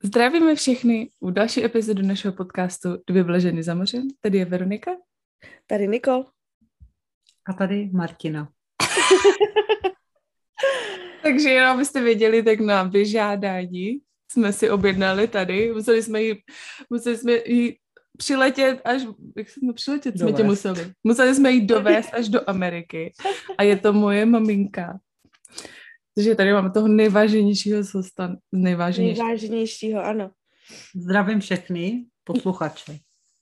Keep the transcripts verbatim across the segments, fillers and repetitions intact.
Zdravíme všechny u další epizody našeho podcastu Dvě vleženy za mořem. Tady je Veronika. Tady Nikol. A tady Martina. Takže jenom abyste věděli, tak na vyžádání jsme si objednali tady. Museli jsme jí, museli jsme jí přiletět až, jak jsme přiletět, dovést. jsme tě museli. Museli jsme jí dovést až do Ameriky. A je to moje maminka. Takže tady máme toho nejváženějšího hosta. Nejváženějšího. Nejváženějšího, ano. Zdravím všechny posluchače.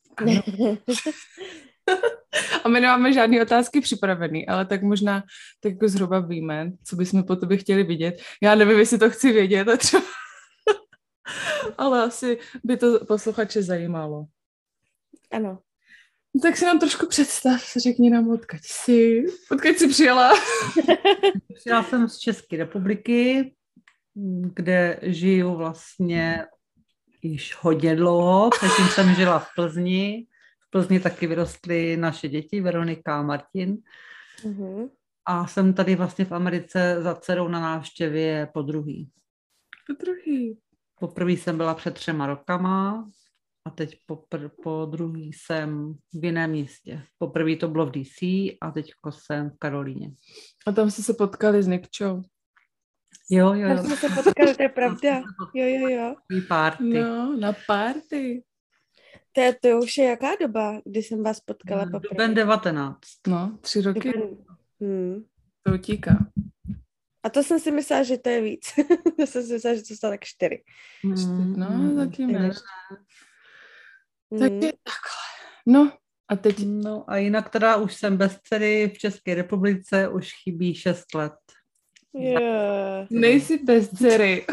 A my nemáme žádné otázky připravený, ale tak možná tak jako zhruba víme, co bychom po tobě chtěli vidět. Já nevím, jestli to chci vědět, a třeba... ale asi by to posluchače zajímalo. Ano. Tak si nám trošku představ, řekni nám, odkud jsi, odkud jsi přijela. Přijela jsem z České republiky, kde žiju vlastně již hodně dlouho. Předtím jsem žila v Plzni. V Plzni taky vyrostly naše děti, Veronika a Martin. Mm-hmm. A jsem tady vlastně v Americe za dcerou na návštěvě po druhý. Po druhý. Poprvé jsem byla před třema rokama a teď popr- po druhý jsem v jiném místě. Poprvé to bylo v D C a teďko jsem v Karolíně. A tam jste se potkali s Nikčou. Jo, jo, jo. Tam jsme se potkali, to je pravda. Jo, jo, jo. Party. No, na party. To je, to už je jaká doba, kdy jsem vás potkala poprvé? Duben devatenáct. No, tři roky. Hmm. To utíká. A to jsem si myslela, že to je víc. to jsem si myslela, že to jsou tak čtyři. Mm, no, taky ne. Hmm. Tak je takhle. No, a teď... No a jinak teda už jsem bez dcery v České republice, už chybí šest let. Yeah. Nejsi bez dcery.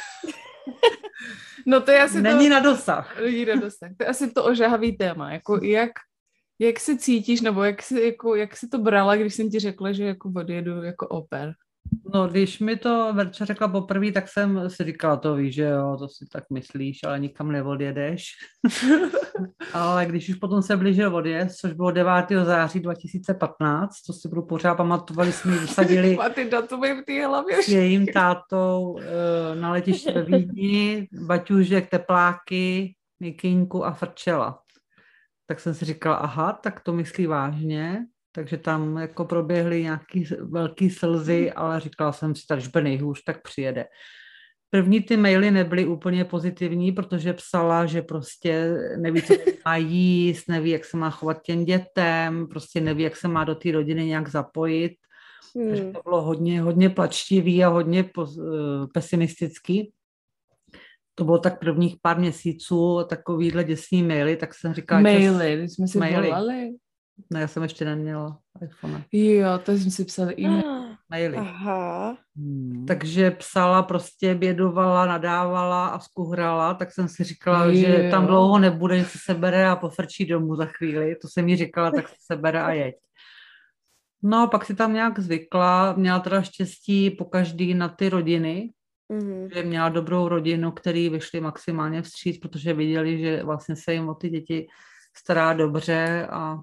No to je asi Není to... na dosah. Není na dosah. To je asi to ožahavý téma. Jako jak, jak se cítíš, nebo jak si, jako, jak si to brala, když jsem ti řekla, že jako odjedu jako oper? No, když mi to Verča řekla poprvé, tak jsem si říkala, to víš, že jo, to si tak myslíš, ale nikam neodjedeš. Ale když už potom se blížil odjezd, což bylo devátého září dva tisíce patnáct, to si budu pořád pamatovali, jsme ji vysadili a ty datumy v té hlavě. s jejím tátou na letišti ve Vídni, baťůžek, tepláky, mikinku a frčela. Tak jsem si říkala, aha, tak to myslí vážně. Takže tam jako proběhly nějaký velký slzy, ale říkala jsem si, tak žbe nejhůř, tak přijede. První ty maily nebyly úplně pozitivní, protože psala, že prostě neví, co má jíst, neví, jak se má chovat těm dětem, prostě neví, jak se má do té rodiny nějak zapojit. Hmm. Takže to bylo hodně, hodně plačtivý a hodně pesimistický. To bylo tak prvních pár měsíců, takovýhle děsný maily, tak jsem říkala... Maily, když jsme si maily. volali. Ne, já jsem ještě neměla iPhone. Jo, to jsme si psali e-mail. Maily. Aha. Hmm. Takže psala, prostě bědovala, nadávala a skuhrala, tak jsem si říkala, jo. že tam dlouho nebude, že se sebere a pofrčí domů za chvíli. To jsem jí říkala, tak se sebere a jeď. No, pak si tam nějak zvykla, měla teda štěstí pokaždý na ty rodiny, mm-hmm. že měla dobrou rodinu, který vyšli maximálně vstříc, protože viděli, že vlastně se jim o ty děti stará dobře a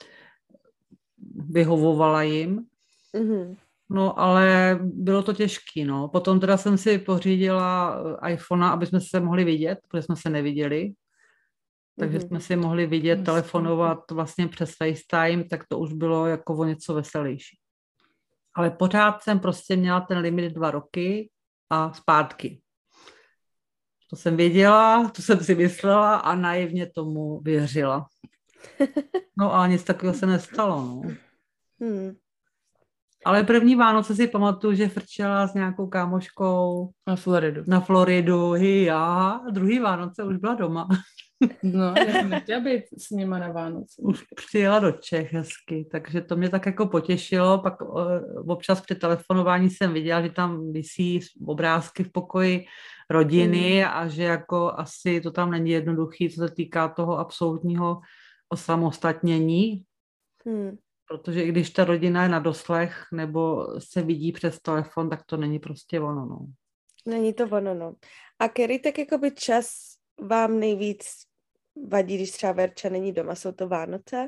vyhovovala jim. Mm-hmm. No, ale bylo to těžký, no. Potom teda jsem si pořídila iPhone, aby jsme se mohli vidět, protože jsme se neviděli. Takže mm-hmm. jsme si mohli vidět, Myslím. telefonovat vlastně přes FaceTime, tak to už bylo jako o něco veselější. Ale pořád jsem prostě měla ten limit dva roky a zpátky. To jsem věděla, to jsem si myslela a naivně tomu věřila. No a nic takového se nestalo, no. Hmm. Ale první Vánoce si pamatuju, že frčela s nějakou kámoškou na Floridu. Na Floridu, a druhý Vánoce už byla doma. No, já jsem nechtěla být s nima na Vánoce. Už přijela do Čech hezky, takže to mě tak jako potěšilo. Pak občas při telefonování jsem viděla, že tam visí obrázky v pokoji rodiny hmm. a že jako asi to tam není jednoduchý, co se týká toho absolutního osamostatnění. Hmm. Protože i když ta rodina je na doslech nebo se vidí přes telefon, tak to není prostě ono, no. Není to ono, no. A který tak jakoby čas vám nejvíc vadí, když třeba Verča není doma? Jsou to Vánoce?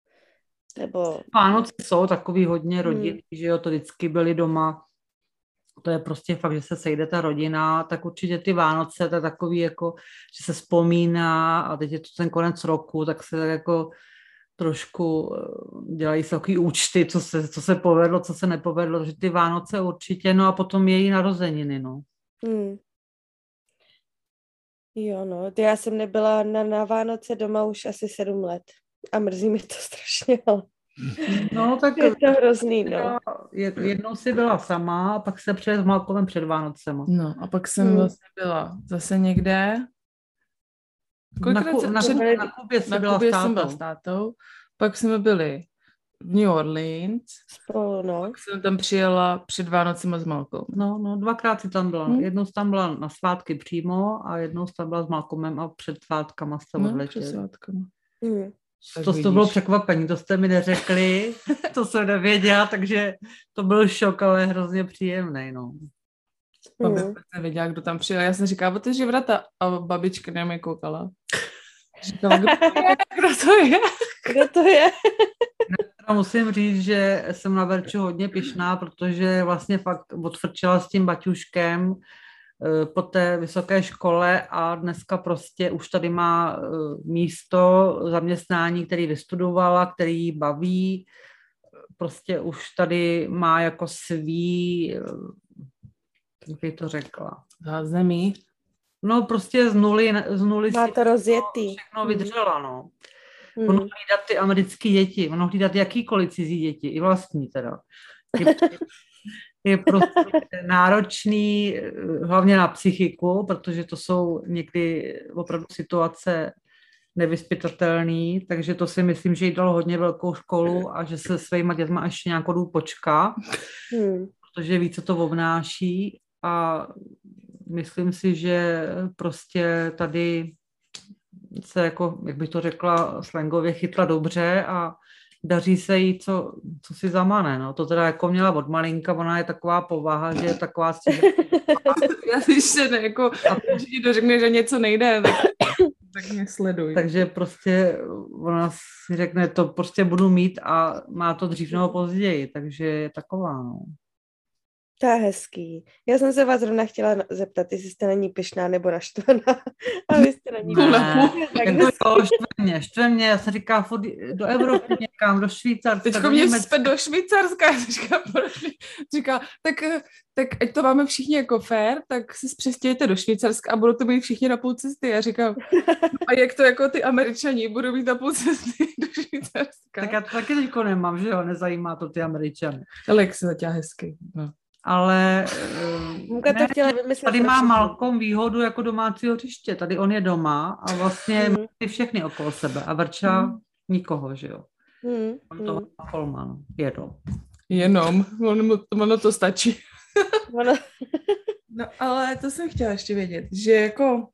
Nebo... Vánoce jsou takový hodně rodinný, hmm. že jo, to vždycky byli doma to je prostě fakt, že se sejde ta rodina, tak určitě ty Vánoce, to je takový jako, že se vzpomíná a teď je to ten konec roku, tak se tak jako trošku dělají se takový účty, co se, co se povedlo, co se nepovedlo, že ty Vánoce určitě, no a potom její narozeniny, no. Hmm. Jo, no, já jsem nebyla na, na Vánoce doma už asi sedm let a mrzí mi to strašně, ale no, tak je to hrozný, no. Jednou si byla sama a pak se přijel s Malcolmem před Vánocema. No a pak jsem Hmm. vlastně byla zase někde. Na, ku, na, před, na Kubě jsi na byla Kubě s jsem byla tátou. s tátou, pak jsme byli v New Orleans, Spolu, no. pak jsem tam přijela před Vánocema s Malcolmem. No, no, dvakrát si tam byla. Hmm. Jednou jsi tam byla na svátky přímo a jednou jsi tam byla s Malcolmem a před svátkama jste No, odletěli. před svátkama. Hmm. Tak To, to vidíš. bylo překvapení, to jste mi neřekli, to jsem nevěděla, takže to byl šok, ale hrozně příjemný, no. Pak Hmm. jsem nevěděla, kdo tam přijel. Já jsem říkala, otevři vrata a babička na mě koukala. Říkala, kdo to je, kdo to je? Kdo to je? A musím říct, že jsem na Verču hodně pyšná, protože vlastně fakt odfrčela s tím baťuškem eh, po té vysoké škole a dneska prostě už tady má eh, místo, zaměstnání, který vystudovala, který jí baví. Prostě už tady má jako svý, eh, jak bych to řekla. Zázemí. No prostě z nuly, z nuly Má si to rozjetý. všechno vydržela, no. Hmm. Ono hlídat ty americké děti, ono hlídat jakýkoliv cizí děti, i vlastní teda. Je, je prostě náročný, hlavně na psychiku, protože to jsou někdy opravdu situace nevyzpytatelné, takže to si myslím, že jí dalo hodně velkou školu a že se svýma dětma ještě nějakou dobu počká, Hmm. protože ví, co to obnáší a myslím si, že prostě tady se jako, jak bych to řekla, slangově chytla dobře a daří se jí, co, co si zamane. No. To teda jako měla od malinka, ona je taková povaha, že je taková střížená. Já když se ne, jako, když ti to řekne, že něco nejde, tak, tak mě sleduj. Takže prostě ona si řekne, to prostě budu mít a má to dřív nebo později, takže je taková, no. To je hezký. Já jsem se vás zrovna chtěla zeptat, jestli jste na ní pyšná nebo naštvaná. A vy jste na ní Ne, tak jako jo, štve mě, štve mě, já jsem říkala, furt do Evropy někam, do Švýcarska, Teďko do mě Německa. zpět do Švýcarska. Já jsem říkala, proč? Říká, tak, tak ať to máme všichni jako fair, tak si přestějte do Švýcarska a budou to být všichni na půl cesty. Já říkám, a jak to jako ty Američani budou být na půl cesty do Švýcarska? Tak já to taky teďko nemám, že jo, nezajímá to ty Američany. Ale jak se zatím hezky. No. Ale Můka to ne, chtěla vymyslet. tady pro má všechny. Malcolm výhodu jako domácího hřiště. Tady on je doma a vlastně Hmm. má ty všechny okolo sebe. A Verča Hmm. nikoho, že jo. Hmm. On to Hmm. Malcolma, no. Jedou. Jenom, ono, ono to stačí. Ono... No ale to jsem chtěla ještě vědět, že jako,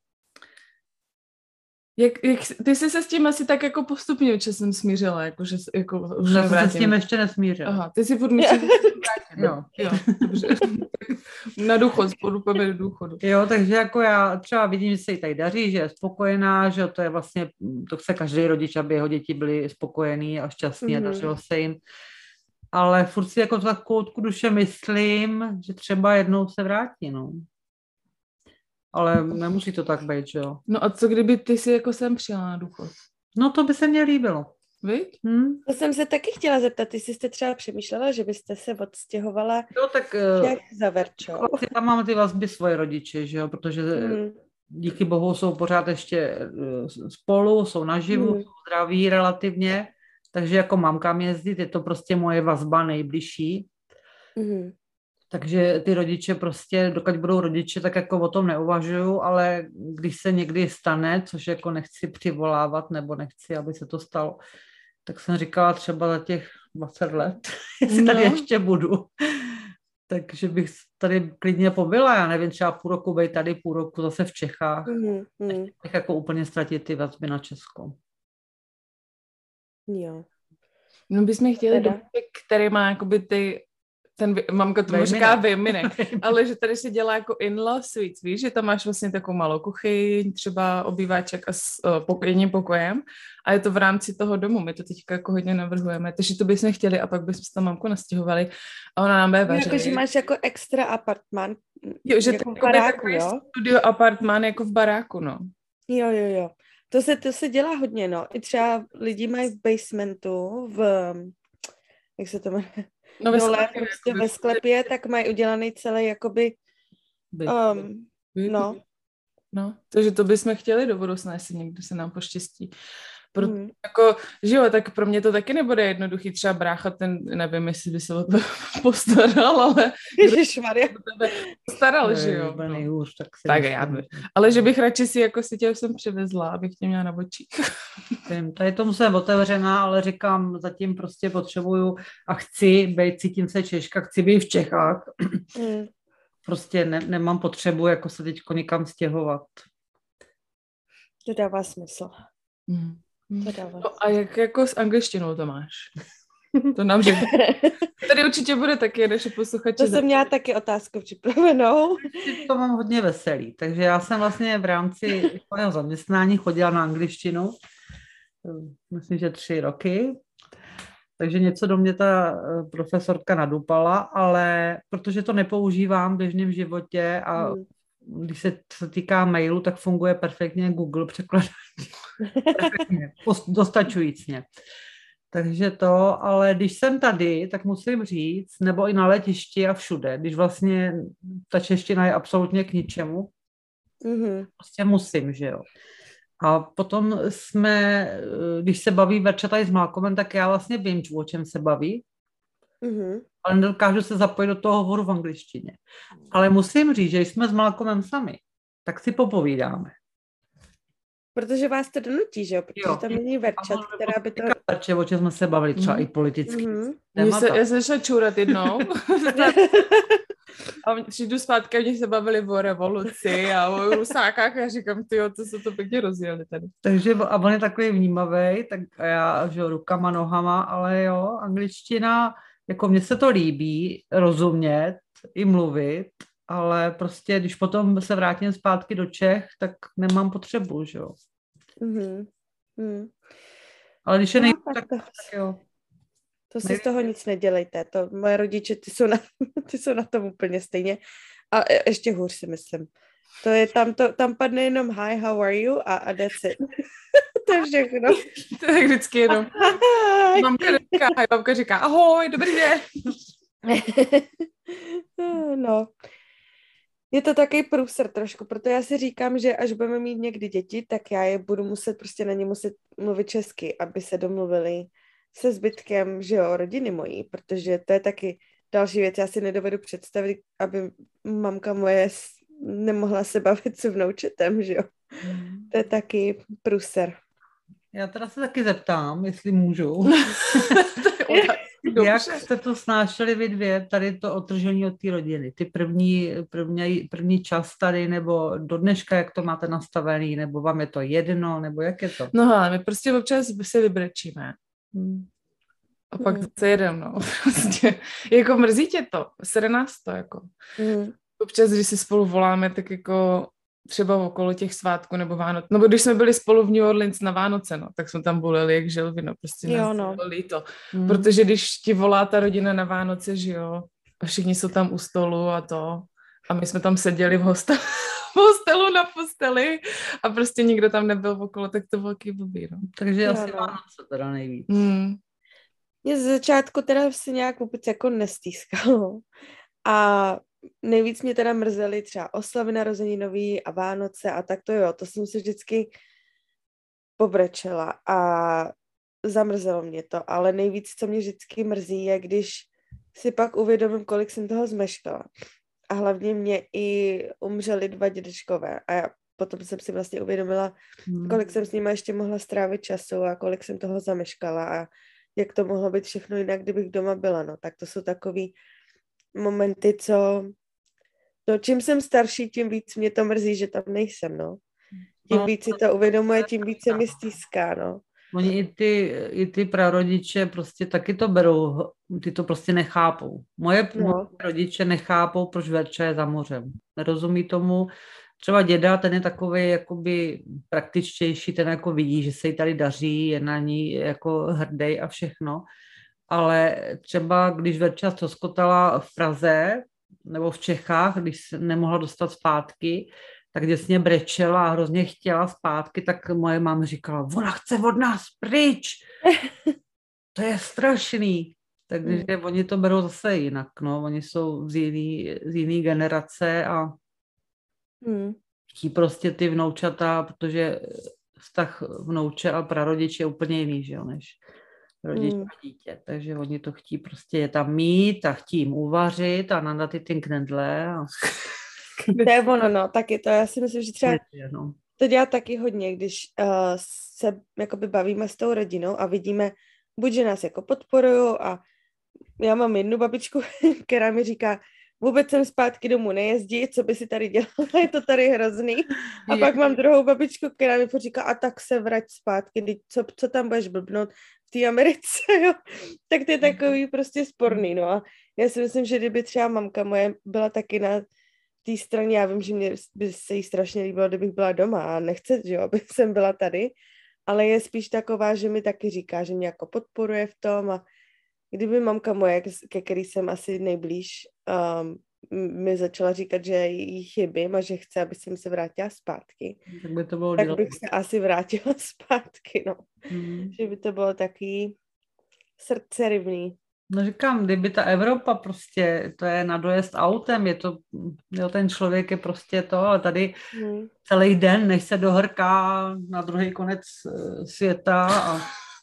jak, jak ty jsi se s tím asi tak jako postupně časem smířila, jako, že jako, už Já jsem se s nevrátím. tím ještě nesmířil. Aha, ty si furt myslíš, že se vrátím. Jo. Jo, dobře. Na důchod, spolu půjdeme do důchodu. Jo, takže jako já třeba vidím, že se jí tady daří, že je spokojená, že to je vlastně, to chce každý rodič, aby jeho děti byly spokojený a šťastný Mhm. a dařilo se jim. Ale furt si jako za koutku duše myslím, že třeba jednou se vrátí, no. Ale nemusí to tak být, že jo. No a co kdyby ty si jako sem přijela na důchod? No to by se mně líbilo. Viď? Hm? To jsem se taky chtěla zeptat, jestli jste třeba přemýšlela, že byste se odstěhovala No tak jak za Verčou. uh, tam mám ty vazby svoje rodiče, že jo, protože Hmm. díky bohu jsou pořád ještě uh, spolu, jsou naživu, Hmm. jsou zdraví relativně, takže jako mám kam jezdit, je to prostě moje vazba nejbližší. Hmm. Takže ty rodiče prostě, dokud budou rodiče, tak jako o tom neuvažuju, ale když se někdy stane, což jako nechci přivolávat, nebo nechci, aby se to stalo, tak jsem říkala třeba za těch dvacet let, jestli tady No. ještě budu. Takže bych tady klidně pobyla, já nevím, třeba půl roku být tady, půl roku zase v Čechách. Hmm. Hmm. Tak jako úplně ztratit ty vazby na Česko. Jo. No bychom chtěli Teda. domov, který má jakoby ty ten, mamka tomu říká vejminek, ale že tady se dělá jako in-law suites, víš, že tam máš vlastně takovou malou kuchyň, třeba obýváček a s uh, jedním pokojem a je to v rámci toho domu, my to teďka jako hodně navrhujeme, takže to bychom chtěli a pak bychom se tam mamku nastěhovali a ona nám bude vařit. Jako, že máš jako extra apartman, jo, že jako to, v baráku, takový jo? studio apartman jako v baráku, no. Jo, jo, jo. To se, to se dělá hodně, no. I třeba lidi mají v basementu, v, jak se to jmenuje, no, ve dole, sklepě, prostě jako ve sklepě, tak mají udělaný celý, jakoby, um, no. No, takže to bychom chtěli do budoucna, jestli někdy se nám poštěstí. Pro, mm. jako, že jo, tak pro mě to taky nebude jednoduchý, třeba brácha, ten, nevím, jestli by se o to postaral, ale Ježišmarja. postaral, ne, že jo. No. Nejhůř, tak tak já by. Ale že bych radši si jako si tě jsem přivezla, abych tě měla na očích. Tady tomu jsem otevřená, ale říkám, zatím prostě potřebuju a chci být, cítím se Češka, chci být v Čechách. Mm. Prostě ne, nemám potřebu jako se teďko někam stěhovat. To dává smysl. Mm. To dává No a jak jako s angličtinou to máš? To nám řekne. Tady určitě bude taky naše posluchače. To jsem měla taky otázku připravenou. To mám hodně veselý, takže já jsem vlastně v rámci svého zaměstnání chodila na angličtinu, myslím, že tři roky, takže něco do mě ta profesorka nadupala, ale protože to nepoužívám v běžném životě a hmm. když se to týká mailu, tak funguje perfektně Google překladač. Perfektně, dostačujícně. Takže to, ale když jsem tady, tak musím říct, nebo i na letišti a všude, když vlastně ta čeština je absolutně k ničemu, mm-hmm. prostě musím, že jo. A potom jsme, když se baví Verča tady s Malcolmem, tak já vlastně vím, o čem se baví, mm-hmm. ale nedokážu se zapojit do toho hovoru v angličtině. Ale musím říct, že jsme s Malcolmem sami, tak si popovídáme. Protože vás to donutí, že jo? Protože jo. Tam není Verča, která by to... Verče, o čem jsme se bavili, třeba mm. i politicky. Mm-hmm. Se, já jsem šla čůrat jednou. A přijdu zpátky a mě se bavili o revoluci a o rusákách a říkám, tyjo, to se to pěkně rozjeli tady. Takže, a on je takový vnímavý, tak a já, že jo, rukama, nohama, ale jo, angličtina, jako mně se to líbí rozumět i mluvit, ale prostě, když potom se vrátím zpátky do Čech, tak nemám potřebu, že jo. Mm-hmm. Mm. Ale když je no, nejde, tak, to, tak jo. To si z toho nic nedělejte. To moje rodiče, ty jsou na, ty jsou na tom úplně stejně. A ještě hůř si myslím. To je tam, to, tam padne jenom hi, how are you a, a that's it. To je všechno. To je vždycky jenom. Mamka říká, mamka říká ahoj, dobrý den. No. Je to takový průser trošku, proto já si říkám, že až budeme mít někdy děti, tak já je budu muset, prostě na ně muset mluvit česky, aby se domluvili se zbytkem, že jo, rodiny mojí, protože to je taky další věc. Já si nedovedu představit, aby mamka moje nemohla se bavit s vnoučetem, že jo. Mm. To je taky průser. Já teda se taky zeptám, jestli můžu. Jak jste to snášeli vy dvě, tady to odtržení od té rodiny? Ty první, první, první čas tady, nebo do dneška, jak to máte nastavený, nebo vám je to jedno, nebo jak je to? No hele, my prostě občas se vybrečíme. Hmm. A pak hmm. se jedem, no. Prostě, jako mrzí tě to, sere nás to, jako. Hmm. Občas, když si spolu voláme, tak jako třeba okolo těch svátků nebo Vánoc. No, když jsme byli spolu v New Orleans na Vánoce, no, tak jsme tam buleli jak želvy, prostě jo, nás no. bylo líto. Hmm. Protože když ti volá ta rodina na Vánoce, že jo, a všichni jsou tam u stolu a to, a my jsme tam seděli v hostelu, v hostelu na posteli a prostě nikdo tam nebyl okolo, tak to velký blbý, no. Takže jo, asi no. Vánoce teda nejvíc. Hmm. Mě z začátku teda se nějak vůbec jako nestýskalo. A nejvíc mě teda mrzely třeba oslavy narozeninový a Vánoce a tak to jo, to jsem si vždycky pobrečela a zamrzelo mě to, ale nejvíc, co mě vždycky mrzí, je, když si pak uvědomím, kolik jsem toho zmeškala. A hlavně mě i umřeli dva dědečkové a já potom jsem si vlastně uvědomila, hmm. kolik jsem s nimi ještě mohla strávit času a kolik jsem toho zameškala a jak to mohlo být všechno jinak, kdybych doma byla, no, tak to jsou takový momenty, co no, čím jsem starší, tím víc mě to mrzí, že tam nejsem, no. Tím no, víc si to uvědomuje, tím víc se mi stýská, no. Oni i ty, i ty prarodiče prostě taky to berou ty to prostě nechápou. Moje, No. moje rodiče nechápou, proč Verča je za mořem. Nerozumí tomu. Třeba děda, ten je takový jakoby praktičtější, ten jako vidí, že se jí tady daří, je na ní jako hrdý a všechno. Ale třeba když Verča ztroskotala v Praze nebo v Čechách, když se nemohla dostat zpátky, tak děsně brečela a hrozně chtěla zpátky, tak moje máma říkala, ona chce od nás pryč. To je strašný. Takže mm. oni to berou zase jinak, no. Oni jsou z jiný, z jiný generace a mm. chtí prostě ty vnoučata, protože vztah vnouče a prarodič je úplně jiný, že jo, než rodič mm. a dítě. Takže oni to chtí prostě je tam mít a chtí jim uvařit a nadat ty ty knedle. A... To je ono, no, taky to. Já si myslím, že třeba no. to dělá taky hodně, když uh, se jakoby bavíme s tou rodinou a vidíme, buď, že nás jako podporují a já mám jednu babičku, která mi říká, vůbec jsem zpátky domů nejezdí, co by si tady dělala, je to tady hrozný. A pak mám druhou babičku, která mi říká, a tak se vrať zpátky, co, co tam budeš blbnout v té Americe, jo. Tak to je takový prostě sporný, no. A já si myslím, že kdyby třeba mamka moje byla taky na té straně, já vím, že mě by se jí strašně líbilo, kdybych byla doma a nechce, že jo, aby jsem byla tady, ale je spíš taková, že mi taky říká, že mě jako podporuje v tom a kdyby mamka moje, ke který jsem asi nejblíž, um, mi začala říkat, že jí chybím a že chce, aby jsem se vrátila zpátky, tak, by to bylo tak dělat. bych se asi vrátila zpátky, no. Mm. Že by to bylo taky srdcerivný. No říkám, kdyby ta Evropa prostě, to je na dojezd autem, je to, jo, ten člověk je prostě to, ale tady hmm. celý den, než se dohrká na druhý konec světa a...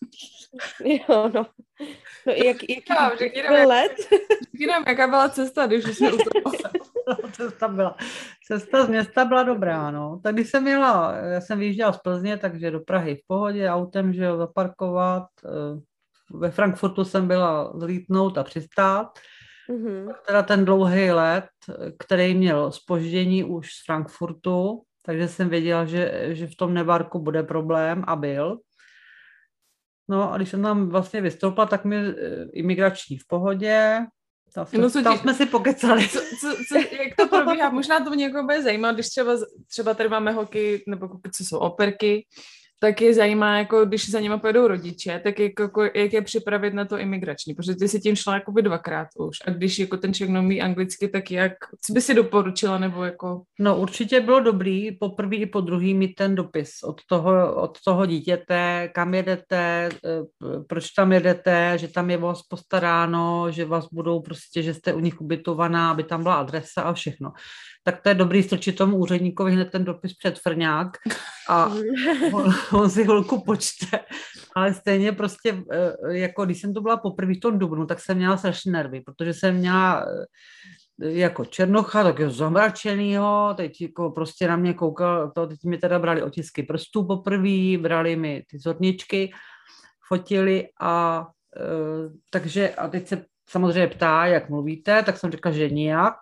Jo, no. No jak, jaký no, řekni byl let? Řekni nám, jaká byla cesta, když jsme u toho. Cesta byla, cesta z města byla dobrá, no. Tak když jsem jela, já jsem vyjížděla z Plzně, takže do Prahy v pohodě, autem, že jo, zaparkovat, ve Frankfurtu jsem byla zlítnout a přistát. Mm-hmm. Teda ten dlouhý let, který měl zpoždění už z Frankfurtu, takže jsem věděla, že, že v tom Nevarku bude problém a byl. No a když jsem tam vlastně vystoupila, tak mi imigrační v pohodě. Tam, no, tam tě... jsme si pokecali. Co, co, co, jak to probíhá? Možná to někoho bude zajímat, když třeba, třeba tady máme holky, nebo co jsou operky, tak je zajímá, jako když za nimi pojedou rodiče, tak jak, jako, jak je připravit na to imigrační, protože ty si tím šla jakoby dvakrát už. A když jako ten člověk neumí anglicky, tak jak, co by si doporučila, nebo jako... No určitě bylo dobrý po první i po druhý mít ten dopis od toho, od toho dítěte, kam jedete, proč tam jedete, že tam je vás postaráno, že vás budou prostě, že jste u nich ubytovaná, aby tam byla adresa a všechno. Tak to je dobrý strčit tomu úředníkovi hned ten dopis před frňák a on, on si chvilku počte, ale stejně prostě, jako když jsem to byla poprvé v tom dubnu, tak jsem měla strašně nervy, protože jsem měla jako černocha, tak je zamračenýho, teď jako prostě na mě koukal, to, teď mi teda brali otisky prstů poprvé, brali mi ty zorničky, fotili a takže a teď se samozřejmě ptá, jak mluvíte, tak jsem řekla, že nijak.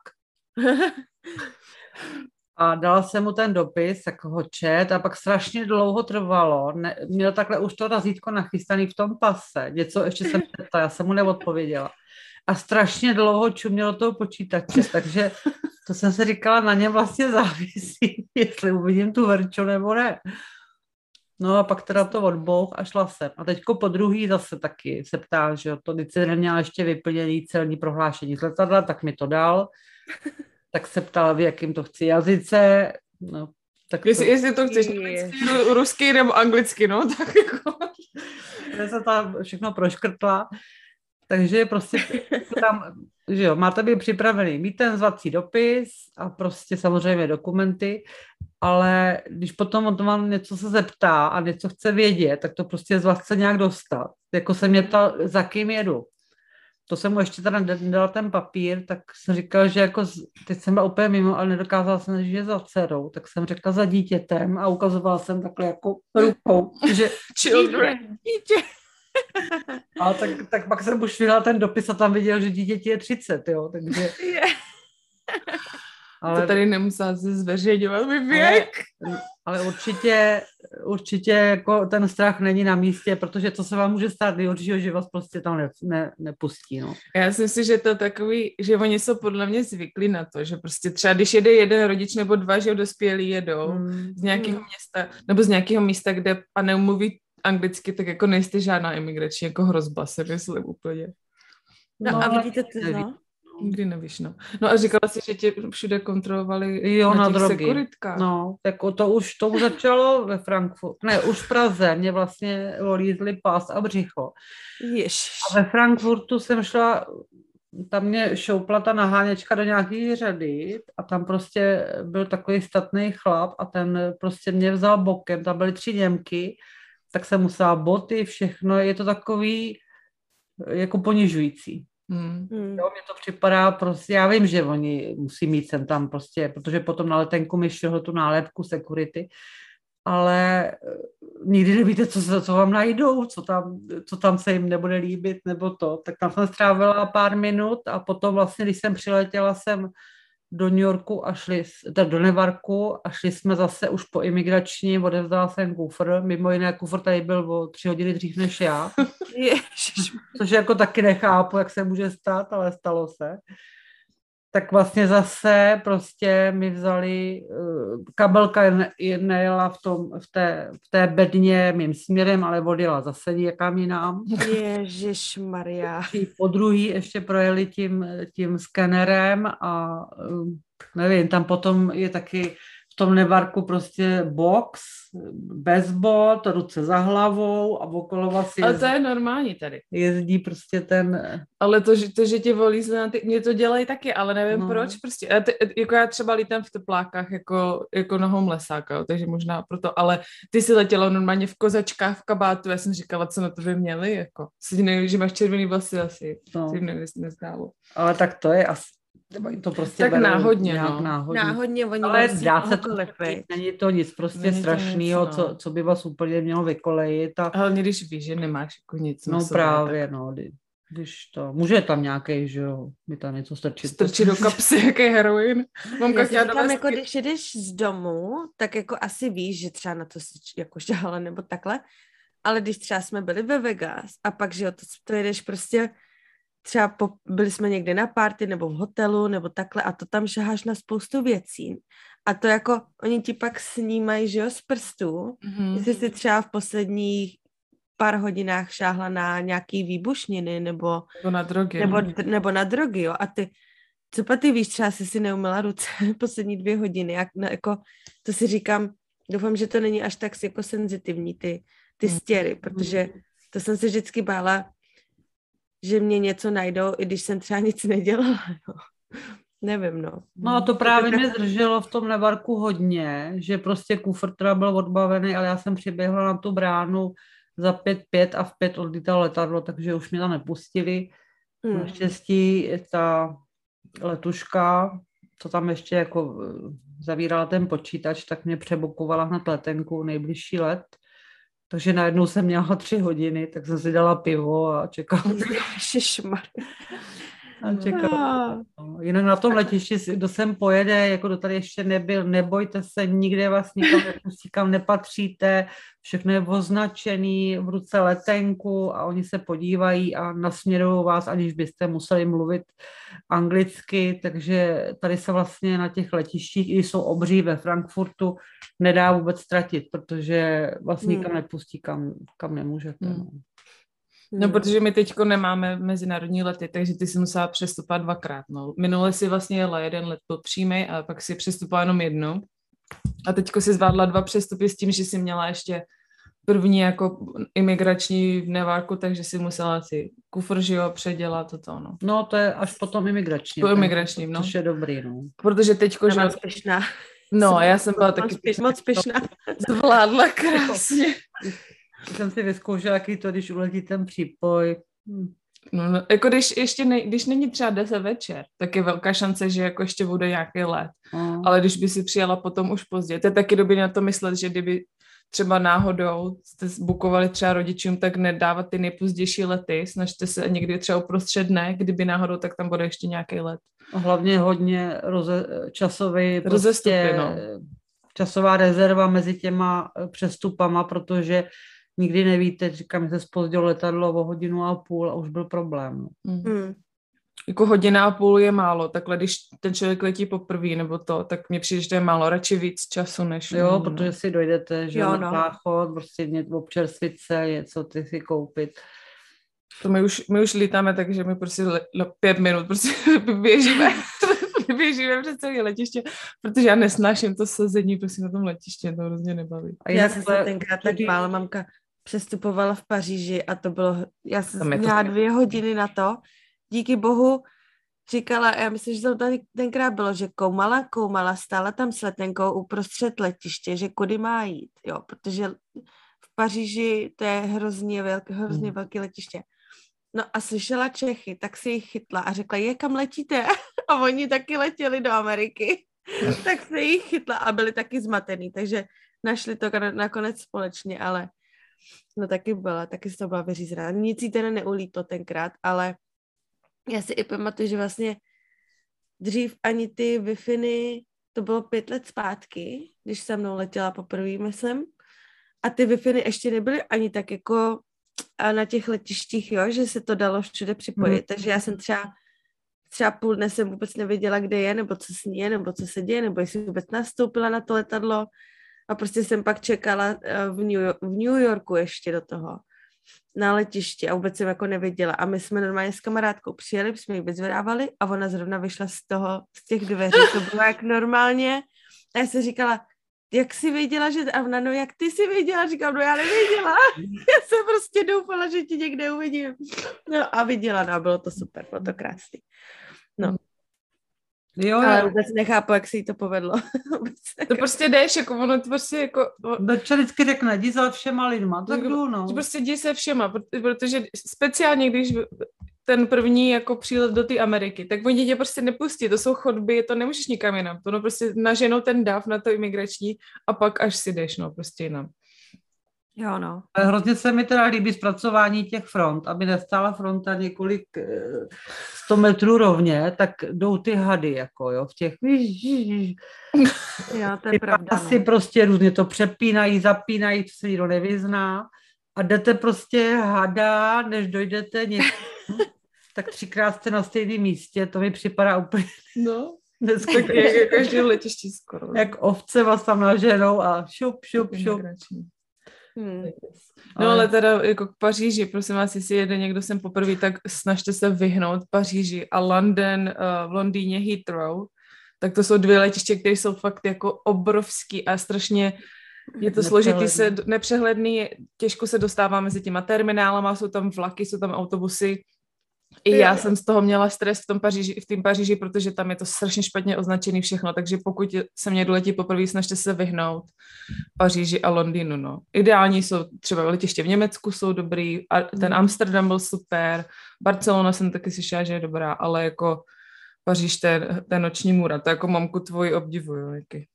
A dala jsem mu ten dopis, tak ho čet a pak strašně dlouho trvalo. Ne, měl takhle už to razítko nachystaný v tom pase. Něco ještě jsem četla, já jsem mu neodpověděla. A strašně dlouho čumělo toho počítače, takže to jsem se říkala, na něm vlastně závisí, jestli uvidím tu Verču nebo ne. No a pak teda to odbouch a šla jsem. A teďko po druhý zase taky se ptá, že jo, to když se neměla ještě vyplněný celní prohlášení z letadla, tak mi to dal. Tak se ptala, v jakým to chci jazyce. No, tak jestli, to... jestli to chceš rusky nebo anglicky, no, tak jako... Já se tam všechno proškrtla. Takže prostě tam, že jo, máte být připravený mít ten zvací dopis a prostě samozřejmě dokumenty, ale když potom on to vám něco se zeptá a něco chce vědět, tak to prostě z vás chce nějak dostat. Jako se mě ptal, za kým jedu. To jsem mu ještě teda dala ten papír, tak jsem říkal, že jako, teď jsem byla úplně mimo, ale nedokázala jsem, že je za dcerou, tak jsem řekla za dítětem a ukazovala jsem takhle jako rukou, že children, dítě. A tak, tak pak jsem už vydala ten dopis a tam viděl, že dítěti je třicet, jo, takže... Yeah. Ale... To tady nemusela se zveřejňovat mi věk. Ale, ale určitě určitě jako ten strach není na místě, protože to se vám může stát nejhoršího, že vás prostě tam ne, ne, nepustí. No. Já si myslím, že to takový, že oni jsou podle mě zvyklí na to, že prostě třeba když jede jeden rodič nebo dva, že dospělí jedou hmm. z nějakého města, nebo z nějakého místa, kde a neumluví anglicky, tak jako nejste žádná imigrační jako hrozba, se myslím úplně. No, no a vidíte to, no? Nikdy nevíš, no. No a říkala jsi, že tě všude kontrolovali jo, na, na těch drogy. sekuritkách. No, tak to už, to už začalo ve Frankfurtu. Ne, už v Praze mě vlastně volízli pás a břicho. Ježiš. A ve Frankfurtu jsem šla, tam mě šoupla ta naháněčka do nějaký řady a tam prostě byl takový statný chlap a ten prostě mě vzal bokem, tam byly tři Němky, tak jsem musela boty, všechno, je to takový jako ponižující. Hmm. Jo, mně to připadá prostě, já vím, že oni musí mít sem tam prostě, protože potom na letenku mi šel tu nálepku security, ale nikdy nevíte, co, se, co vám najdou, co tam, co tam se jim nebude líbit, nebo to. Tak tam jsem strávila pár minut a potom vlastně, když jsem přiletěla jsem do New Yorku a šli, teda do Nevarku a šli jsme zase už po imigrační, odevzdala jsem kufr, mimo jiné kufr tady byl o tři hodiny dřív než já, což jako taky nechápu, jak se může stát, ale stalo se. Tak vlastně zase prostě mi vzali, kabelka nejela v, tom, v, té, v té bedně mým směrem, ale odjela zase někam jinam. Ježišmarja. Po druhý ještě projeli tím, tím skenerem a nevím, tam potom je taky v tom Nevarku prostě box, baseball, to ruce za hlavou a okolo vás jezdí. Ale to je normální tady. Jezdí prostě ten... Ale to, že, to, že tě volí, mě to dělají taky, ale nevím no. proč prostě. Já ty, jako já třeba lítám v teplákách jako, jako na homelessáka, jo, takže možná proto, ale ty si letěla normálně v kozačkách, v kabátu, já jsem říkala, co na to by měli, jako. Si nevím, že máš červený vlasy asi, no. si nevím, nezdálo. Ale tak to je asi. To prostě tak náhodně, no. náhodně. Náhodně oni ale dá se to lepit. Není to nic prostě strašného, no. co, co by vás úplně mělo vykolejit. A... Hlavně když víš, že nemáš jako nic. No sobě, právě, tak... no. Když to, může tam nějaký, že jo, mi tam něco strčit. Strčit do kapsy, jaký heroin. Mamka chtěla dovést... jako když jdeš z domu, tak jako asi víš, že třeba na to si jako žála nebo takhle, ale když třeba jsme byli ve Vegas a pak, že jo, to, to jedeš prostě třeba po, byli jsme někde na party nebo v hotelu nebo takhle a to tam šaháš na spoustu věcí. A to jako, oni ti pak snímají, že jo, z prstů, mm-hmm. jestli jsi třeba v posledních pár hodinách šáhla na nějaký výbušniny nebo, nebo na drogy. Nebo, nebo na drogy, jo. A ty, co pa ty víš, třeba jsi si neumyla ruce poslední dvě hodiny. Jak, no, jako, to si říkám, doufám, že to není až tak jako senzitivní, ty, ty stěry, protože to jsem se vždycky bála, že mě něco najdou, i když jsem třeba nic nedělala, no. Nevím, no. No a to právě mě zdrželo v tom Nevarku hodně, že prostě kufr teda byl odbavený, ale já jsem přiběhla na tu bránu za pět pět a v pět odlítalo letadlo, takže už mě tam nepustili. Hmm. Naštěstí ta letuška, co tam ještě jako zavírala ten počítač, tak mě přebukovala hned letenku, nejbližší let. Takže najednou jsem měla tři hodiny, tak jsem si dala pivo a čekala. Ježišmar. A čekala. No. Jinak na tom letišti, kdo sem pojede, jako kdo tady ještě nebyl, nebojte se, nikde vás nikam nepustí, kam nepatříte, všechno je označený, v ruce letenku a oni se podívají a nasměrují vás, aniž byste museli mluvit anglicky, takže tady se vlastně na těch letištích, i jsou obří ve Frankfurtu, nedá vůbec ztratit, protože vás nikam hmm. nepustí, kam, kam nemůžete. Hmm. No. No, protože my teďko nemáme mezinárodní lety, takže ty si musela přestupovat dvakrát. No. Minule si vlastně jela jeden let byl přímý a pak si přestupala jenom jednu. A teďko si zvládla dva přestupy s tím, že si měla ještě první jako imigrační v Nevarku, takže si musela si kufr, že jo, předělat toto, no. No, to je až potom imigrační. Po imigračním, no. Což je dobrý, no. Protože teďko, že... Spěšná. No, já jsem byla taky... Moc spěšná. Zvládla krásně. Jsem si vyzkoušela, jaký to, když uletí ten přípoj. Hm. No, no, jako když ještě ne, když není třeba deset večer, tak je velká šance, že jako ještě bude nějaký let. Mm. Ale když by si přijela potom už pozdě, to je taky dobrý na to myslet, že kdyby třeba náhodou jste zbukovali třeba rodičům, tak nedávat ty nejpozdější lety, snažte se někdy třeba uprostřed dne, kdyby náhodou, tak tam bude ještě nějaký let. Hlavně hodně roze, časový rozestupy, prostě, no. časová rezerva mezi těma přestupama, protože nikdy nevíte, říkám, že se zpozdilo letadlo o hodinu a půl a už byl problém. No. Hmm. Jako hodina a půl je málo, takhle když ten člověk letí poprvé nebo to, tak mně přijde, že to je málo, radši víc času než... Jo, méně, protože no. si dojdete, že Jo, na no. záchod, prostě něco občerstvit se, něco ty si koupit. To my už, my už lítáme, takže my prostě le, le, pět minut prostě běžíme, běžíme před celé letiště, protože já nesnáším to sezení prostě na tom letiště, to hrozně nebaví. A Já jinak jsem to se je- tenkrát tak bála, mamka přestupovala v Paříži a to bylo, já jsem Tam je to měla tak. dvě hodiny na to, díky bohu říkala, já myslím, že to tady tenkrát bylo, že koumala, koumala, stála tam s letenkou uprostřed letiště, že kudy má jít, jo, protože v Paříži to je hrozně velké, hrozně Hmm. velké letiště. No a slyšela Čechy, tak si jich chytla a řekla, je, kam letíte? A oni taky letěli do Ameriky. Tak se jich chytla a byli taky zmatený, takže našli to na- nakonec společně, ale no taky byla, taky to byla vyřízená. Nic jí teda neulítlo tenkrát, ale já si i pamatuju, že vlastně dřív ani ty Wi-Fi, to bylo pět let zpátky, když se mnou letěla poprvé, myslím, a ty Wi-Fi ještě nebyly ani tak jako a na těch letištích, jo, že se to dalo všude připojit, Hmm. takže já jsem třeba třeba půl dne jsem vůbec nevěděla, kde je, nebo co s ní je, nebo co se děje, nebo jestli vůbec nastoupila na to letadlo a prostě jsem pak čekala eh, v New, York, v New Yorku ještě do toho na letišti a vůbec jsem jako nevěděla a my jsme normálně s kamarádkou přijeli, jsme ji vyzvedávali a ona zrovna vyšla z toho, z těch dveří, to bylo jak normálně a já jsem říkala, jak jsi věděla, že... A ona, no jak ty jsi věděla? Říkám, no já nevěděla. Já jsem prostě doufala, že ti někde uvidím. No a viděla, no a bylo to super, bylo to krásný. No. Jo, Ale jo. vůbec nechápu, jak se jí to povedlo. To prostě jdeš, jako ono to prostě jako... Beče vždycky řekne, jdi za všema lidma, tak Jako- jdu, no. Že prostě jdi se všema, proto- protože speciálně, když ten první jako přílet do té Ameriky, tak oni tě prostě nepustí, to jsou chodby, to nemůžeš nikam jinam, to no prostě naženou ten dáv na to imigrační a pak až si jdeš, no prostě jinam. Jo, no. Ale hrozně se mi teda líbí zpracování těch front, aby nestála fronta několik eh, sto metrů rovně, tak jdou ty hady, jako jo, v těch... Jo, to je Ty pravda. pasy No. prostě různě to přepínají, zapínají, to se nikdo nevyzná a jdete prostě hada, než dojdete někam, tak třikrát jste na stejném místě, to mi připadá úplně No, neskutečné. tak je, je každý letišti skoro. Jak ovce vás tam naženou a šup, šup, šup. Imigrační. Hmm. No ale teda jako k Paříži, prosím vás, jestli jede někdo sem poprvé, tak snažte se vyhnout Paříži a London, uh, v Londýně Heathrow, tak to jsou dvě letiště, které jsou fakt jako obrovský a strašně je to složitý, se, nepřehledný, těžko se dostává mezi těma terminálama, jsou tam vlaky, jsou tam autobusy. I já jsem z toho měla stres v tom Paříži, v tým Paříži, protože tam je to strašně špatně označený všechno, takže pokud se mě doletí poprvé, snažte se vyhnout Paříži a Londýnu, no. Ideální jsou třeba letiště v Německu, jsou dobrý, a ten Amsterdam byl super, Barcelona jsem taky slyšela, že je dobrá, ale jako Paříž, ten, ten noční můra, to jako mamku tvoji obdivuju, Niky.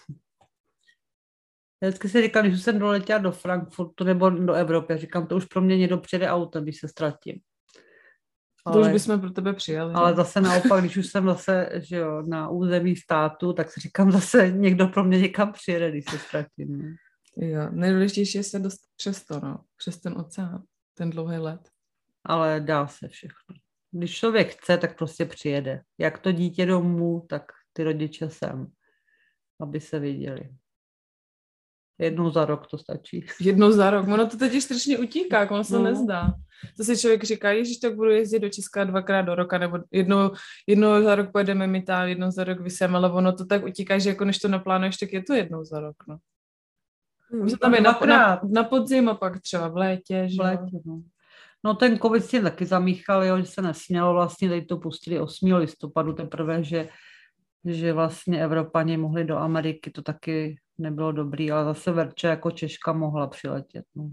Já vždycky si říkám, když jsem doletěla do Frankfurtu nebo do Evropy, říkám, to už pro mě někdo přijede autem, když se ztratím. To ale, už bychom pro tebe přijali. Ale ne? zase naopak, když už jsem zase že jo, na území státu, tak si říkám zase, někdo pro mě někam přijede, když se ztratím. Ne? Jo, nejdůležitější je se dostat přes to, no, přes ten oceán, ten dlouhý let. Ale dá se všechno. Když člověk chce, tak prostě přijede. Jak to dítě domů, tak ty rodiče sem, aby se viděli. Jednou za rok to stačí. Jednou za rok. Ono to teď strašně utíká, ono se No. nezdá. To si člověk říká, ježiš, tak budu jezdit do Česka dvakrát do roka, nebo jednou, jednou za rok pojedeme my tam, jednou za rok vysem, ale ono to tak utíká, že jako než to naplánuješ, tak je to jednou za rok, no. Hmm. To tam je na, na, Dvakrát. na podzim a pak třeba v létě, že V jo. létě, no. No ten covid si taky zamíchal, jo, že se nesmělo vlastně, teď to pustili osmého listopadu teprve, že, že vlastně Evropani mohli do Ameriky, to taky nebylo dobrý, ale zase Verče jako Češka mohla přiletět, no.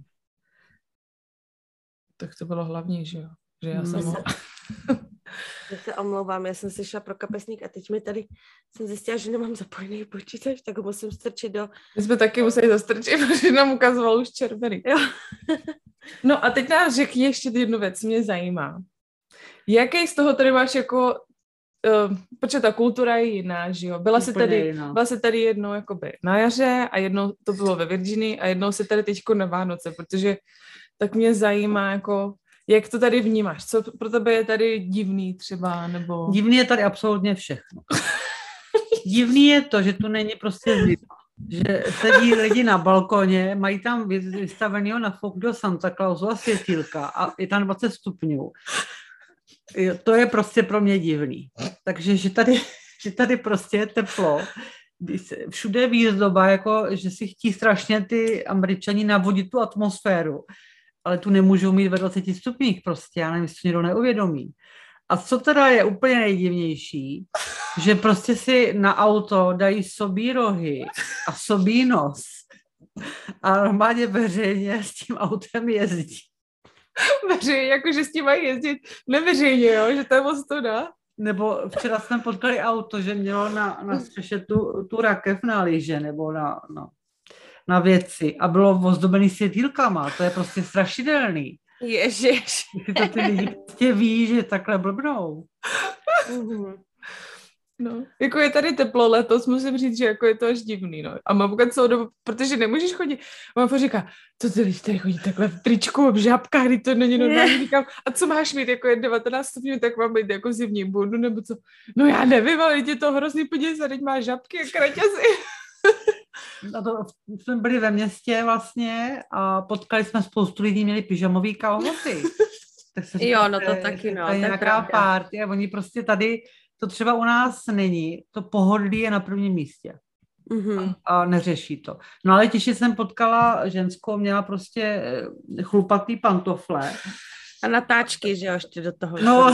Tak to bylo hlavní, že jo. Že já Hmm. jsem mohla... Já se omlouvám, já jsem si šla pro kapesník a teď mi tady jsem zjistila, že nemám zapojený počítač, tak ho musím strčit do... My jsme taky museli zastrčit, protože nám ukazoval už červený. Jo. No a teď nám řekni ještě jednu věc, mě zajímá. Jaký z toho tady máš jako uh, protože ta kultura je jiná, že jo. Byla se tady, byla se tady jednou jakoby na jaře a jednou to bylo ve Virginii a jednou se tady teďko na Vánoce, protože tak mě zajímá, jako, jak to tady vnímáš, co pro tebe je tady divný třeba, nebo... Divný je tady absolutně všechno. Divný je to, že tu není prostě zima. Že sedí lidi na balkoně, mají tam vystavenýho na fouk Santa Clausu a světýlka a je tam dvacet stupňů. To je prostě pro mě divný. Takže, že tady, že tady prostě je teplo, všude je výzdoba, jako, že si chtí strašně ty Američani navodit tu atmosféru, ale tu nemůžou mít ve dvaceti stupních prostě, já nevím, jestli to někdo neuvědomí. A co teda je úplně nejdivnější, že prostě si na auto dají sobí rohy a sobí nos a normálně veřejně s tím autem jezdí. Veřejně, jakože s tím mají jezdit neveřejně, jo? Že to je moc to dá. Nebo včera jsme potkali auto, že mělo na, na střeše tu, tu rakev na lyže nebo na, na, na věci a bylo ozdobený světýlkama. To je prostě strašidelný. Ježiš. To ty lidi prostě ví, že takhle blbnou. No, jako je tady teplo letos, musím říct, že jako je to až divný, no. A mamka celou dobu, protože nemůžeš chodit, mamka říká, to ty lidi tady chodí takhle v tričku, v žábkách, kdy to není normální, říkám, a co máš mít, jako je devatenáct stupňů, tak mám být jako zimní bundu, nebo co? No já nevím, ale je to hrozný, podívej se, teď máš žábky a kraťasy. A to jsme byli ve městě vlastně a potkali jsme spoustu lidí, měli pyžamový kalhoty. Tak se říká, jo, no to taky, no. To je nějaká party a oni prostě tady, to třeba u nás není, to pohodlí je na prvním místě. Mm-hmm. A, a neřeší to. No ale těši jsem potkala ženskou, měla prostě chlupatý pantofle. A natáčky, že jo, ještě do toho. No,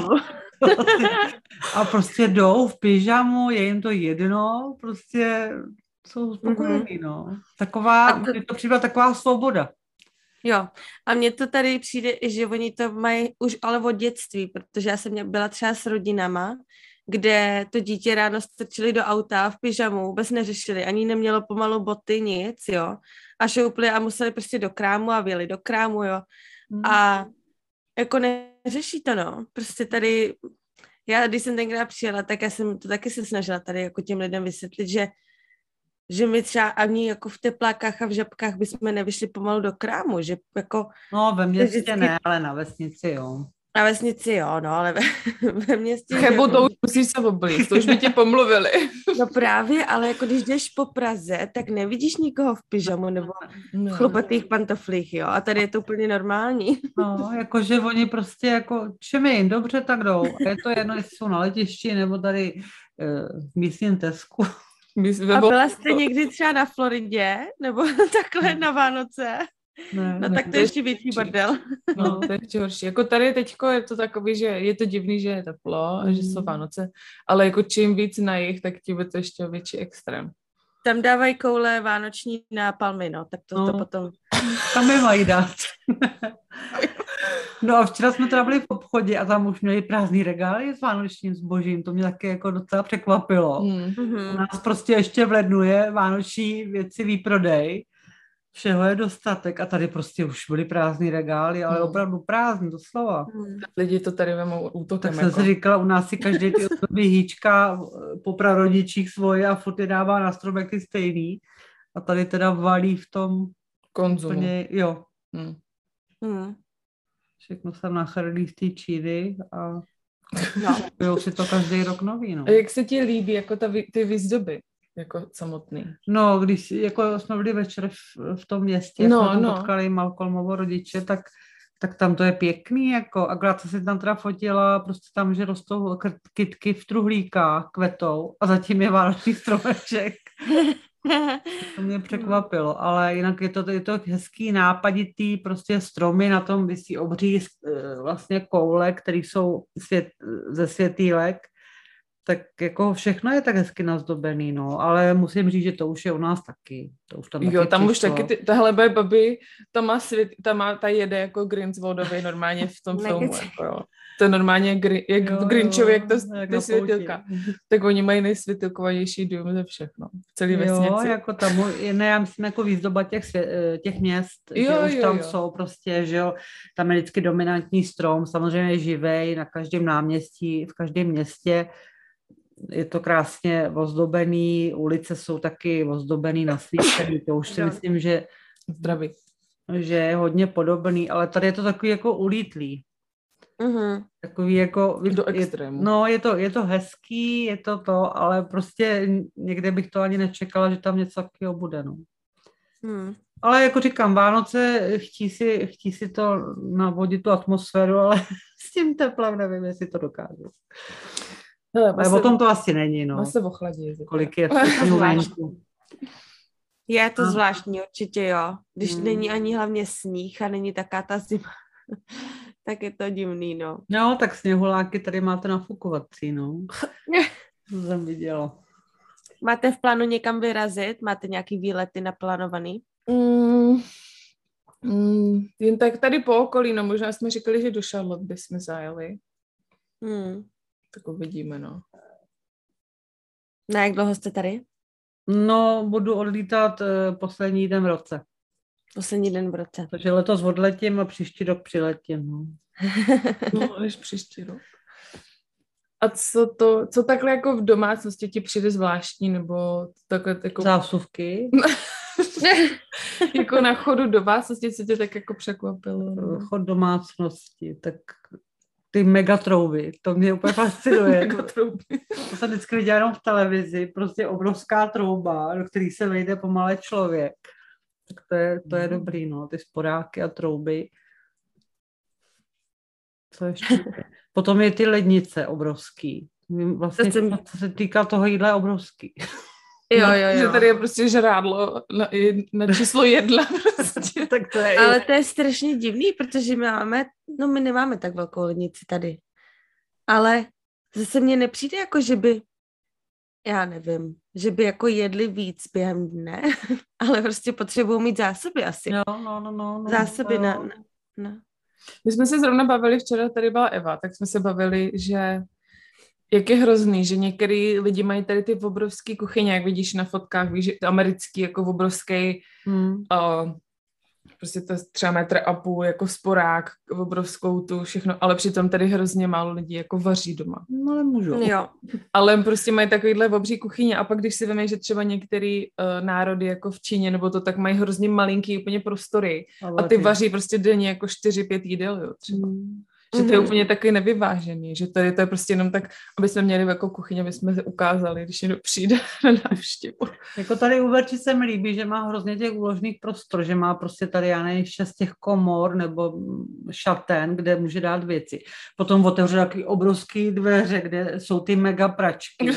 a prostě jdou v pyžamu, je jim to jedno, prostě jsou spokojení, mm-hmm. no. Taková, to... to přijde taková svoboda. Jo, a mně to tady přijde, že oni to mají už ale od dětství, protože já jsem byla třeba s rodinama, kde to dítě ráno strčili do auta v pyžamu, vůbec neřešili, ani nemělo pomalu boty, nic, jo. A šoupli a museli prostě do krámu a vyjeli do krámu, jo. Mm. A jako neřeší to, no. Prostě tady, já když jsem tenkrát přijela, tak já jsem to taky se snažila tady jako těm lidem vysvětlit, že že my třeba ani jako v teplákách a v žabkách bychom nevyšli pomalu do krámu, že jako... No, ve městě vždycky... ne, ale na vesnici jo. Na vesnici jo, no, ale ve, ve městě... Chebo, to už musíš se oblíct, to už by tě pomluvili. No právě, ale jako když jdeš po Praze, tak nevidíš nikoho v pyžamu nebo v chlupatých pantoflích, jo, a tady je to úplně normální. No, jakože oni prostě jako, čem je jim dobře, tak jdou. A je to jedno, jestli jsou na letišti nebo tady uh, v místním Tesku. A byla jste někdy třeba na Floridě? Nebo takhle na Vánoce? Ne, no ne, tak to je ještě větší bordel. No, to je ještě horší. Jako tady teďko je to takový, že je to divný, že je teplo a že jsou Vánoce, ale jako čím víc na jich, tak tím je to ještě větší extrém. Tam dávají koule vánoční na palmy, no, tak to, no, to potom... Tam je mají dát. No a včera jsme teda byli v obchodě a tam už měli prázdný regály s vánočním zbožím, to mě taky jako docela překvapilo. Mm-hmm. U nás prostě ještě v lednu je vánoční věci výprodej, všeho je dostatek a tady prostě už byly prázdný regály, ale opravdu prázdný, doslova. Mm. Lidi to tady vemou útokem. Tak jsem jako. si říkala, u nás si každý ty osobí hýčka po prarodičích svoje a furt je dává na stromek ty stejný a tady teda valí v tom konzumu. Plně, jo. Mm. Mm. Všechno jsem nachrlí z té Číny a no. Bylo si to každý rok nový, no. A jak se ti líbí jako ta, ty výzdoby, jako samotný? No, když jako jsme byli večer v, v tom městě, no, jsme tam no. potkali Malcolmovo rodiče, tak, tak tam to je pěkný, jako, akorát se tam teda fotila, prostě tam, že rostou kytky v truhlíkách, kvetou a zatím je vánoční stromeček. To mě překvapilo, ale jinak je to, je to hezký, nápaditý, prostě stromy, na tom visí obří vlastně koule, které jsou svět, ze světýlek tak jako všechno je tak hezky nazdobený, no, ale musím říct, že to už je u nás taky. To už tam taky Jo, tam přišlo. už taky, ty, tahle baby, ta má svět, ta, má, ta jede jako Grindelwaldový normálně v tom filmu, jako jo. To je normálně gri, jak Jo, v Grinchovi, jak to jak ty na světilka. Tak oni mají nejsvětilkovanější dům ze všechno. V celý Jo, vesnici. jako tam, ne, já myslím jako výzdoba těch, svě- těch měst, Jo, že už jo, tam jo. jsou prostě, že jo, tam je vždycky dominantní strom, samozřejmě je živej na každém náměstí, v každém městě. Je to krásně ozdobený, ulice jsou taky ozdobený, nasvícený, to už si Jo. myslím, že, Zdraví. že je hodně podobný, ale tady je to takový jako ulítlý. Mhm. Takový jako... Do je, extrému. no, je to, je to hezký, je to to, ale prostě někde bych to ani nečekala, že tam něco takového bude, no. Hmm. Ale jako říkám, Vánoce chtí si, chtí si to navodit tu atmosféru, ale s tím teplem nevím, jestli to dokážu. Hele, Ale o tom to asi není, no. Má se ochladí. Kolik je zvláštní. venku. Je to A- zvláštní, určitě jo. Když Hmm. není ani hlavně sníh a není taká ta zima, tak je to divný, no. No, tak sněhuláky tady máte nafukovací, no. To jsem viděla. Máte v plánu někam vyrazit? Máte nějaký výlety naplánovaný? Mm, mm, jen tak tady po okolí, no možná jsme říkali, že do Charlotte bychom zajeli. Hmm. Tak uvidíme, no. Na jak dlouho jste tady? No, budu odlítat eh, poslední den v roce. Poslední den v roce. Takže letos odletím a příští rok přiletím, no. No, až příští rok. A co to, co takhle jako v domácnosti ti přijde zvláštní, nebo takhle jako, Zásuvky, jako na chodu domácnosti, co tě tak jako překvapilo? nebo? chod domácnosti, tak ty megatrouby, to mě úplně fascinuje. Jako trouby. To jsem vždycky viděla jenom v televizi, prostě obrovská trouba, do který se vejde pomalé člověk. Tak to je, to je dobrý, no, ty sporáky a trouby. Co ještě? Potom je ty lednice obrovský. Vlastně, To jsem- co se týká toho jídla, je obrovský. Jo, jo, Že jo. tady je prostě žrádlo na, na číslo jedna prostě. Tak to je Ale to je strašně divný, protože my máme, no my nemáme tak velkou lednici tady. Ale zase mně nepřijde jako, že by, já nevím, že by jako jedli víc během dne, ale prostě potřebují mít zásoby asi. Jo, no, no, no, no, Zásoby to na, jo. na, na. My jsme se zrovna bavili, včera tady byla Eva, tak jsme se bavili, že jak je hrozný, že některý lidi mají tady ty obrovský kuchyně, jak vidíš na fotkách, víš, že americký jako obrovský, Hmm. uh, prostě to je třeba metr a půl, jako sporák, obrovskou tu všechno, ale přitom tady hrozně málo lidí jako vaří doma. No, nemůžu. Jo. Ale prostě mají takovýhle obří kuchyně a pak když si vemeš, že třeba některý uh, národy jako v Číně nebo to, tak mají hrozně malinký úplně prostory a ty vaří prostě denně jako čtyři, pět jídel, jo, třeba. Hmm. Že to je Mhm. úplně taky nevyvážený, že tady to je prostě jenom tak, aby jsme měli jako kuchyně, aby jsme se ukázali, když někdo přijde na návštěvu. Jako tady u Verči se mi líbí, že má hrozně těch úložných prostor, že má prostě tady, já nevím, šest těch komor nebo šatén, kde může dát věci. Potom otevře takový obrovský dveře, kde jsou ty mega pračky.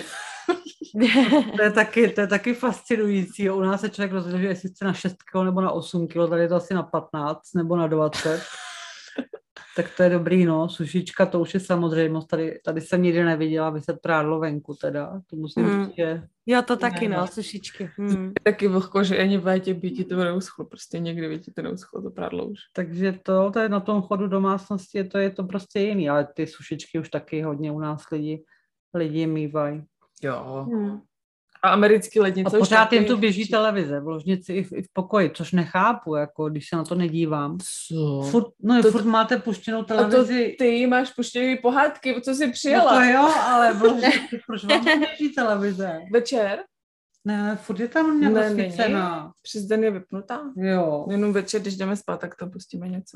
To je taky, to je taky fascinující. Jo. U nás se člověk rozhodne, že jestli chce na šest kilo nebo na osm kilo, tady je to asi na patnáct nebo na dvacet. Tak to je dobrý, no. Sušička, to už je samozřejmost. Tady, tady jsem nikdy neviděla vyset prádlo venku teda. To musím Hmm. říct, že... Jo, to taky, Ne, no, ne. sušičky. Hmm. Taky vlhko, že ani v létě by ti to neuschlo, prostě někdy by ti to neuschlo, to prádlo už. Takže to, to je na tom chodu domácnosti, to je to prostě jiný, ale ty sušičky už taky hodně u nás lidi, lidi mývají. Jo. Hmm. A americký lednice A už pořád taky- jen tu běží televize, v ložnici i v, i v pokoji, což nechápu, jako když se na to nedívám. Co? Furt, no, To- furt máte puštěnou A to televizi. ty máš puštěný pohádky, co jsi No přijela? to jo, ale v ložnici, proč vám to běží televize? Večer? Ne, furt je tam nějak Ne, není. osvícená. Přes den je vypnutá? Jo. Jenom večer, když jdeme spát, tak tam pustíme něco.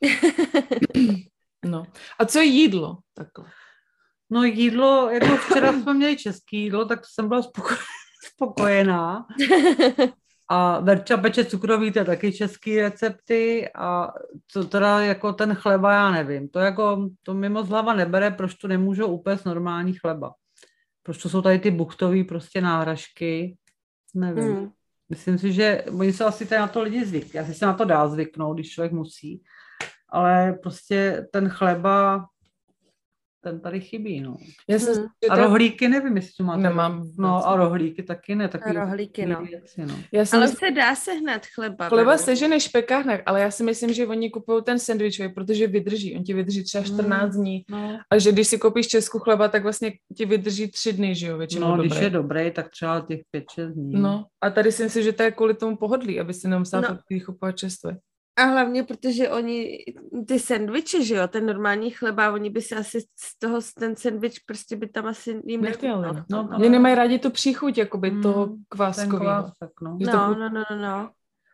No. A co je jídlo? Takhle. No jídlo, jako včera jsme měli český jídlo, tak jsem byla spoko- spokojená. A Verča peče cukroví, to je taky český recepty a co teda jako ten chleba, já nevím. To jako, to mi moc hlava nebere, proč to nemůžou upéct normální chleba. Proč to jsou tady ty buchtový prostě náhražky, nevím. Hmm. Myslím si, že oni se asi tady na to lidi zvykli. Asi se na to dá zvyknout, když člověk musí. Ale prostě ten chleba, ten tady chybí, no. Já jsem, Hmm. A rohlíky nevím, jestli to máte. Nemám. No a rohlíky taky ne. Taky Rohlíky, no. Věci, no. Já jsem Ale mysl... se dá sehnat chleba. Chleba beru. seženeš v pekárnách, ale já si myslím, že oni kupují ten sendvičový, protože vydrží. On ti vydrží třeba čtrnáct dní. No, A že když si koupíš v Česku chleba, tak vlastně ti vydrží tři dny, že jo, většinou no když dobrý. je dobrý, tak třeba těch pět, šest dní. No, a tady si myslím, že to je kvůli tomu pohodlí, aby si nemusela No. no. kupovat čerstvě. A hlavně, protože oni, ty sendviče, že jo, ten normální chleba, oni by si asi z toho, ten sendvič prostě by tam asi jim Nechtěli. nechutnal. No, No, Oni nemají rádi tu příchuť, jakoby Mm, toho Ten kváskového. kvásek, no. že to no, chuť- no, no, no, no.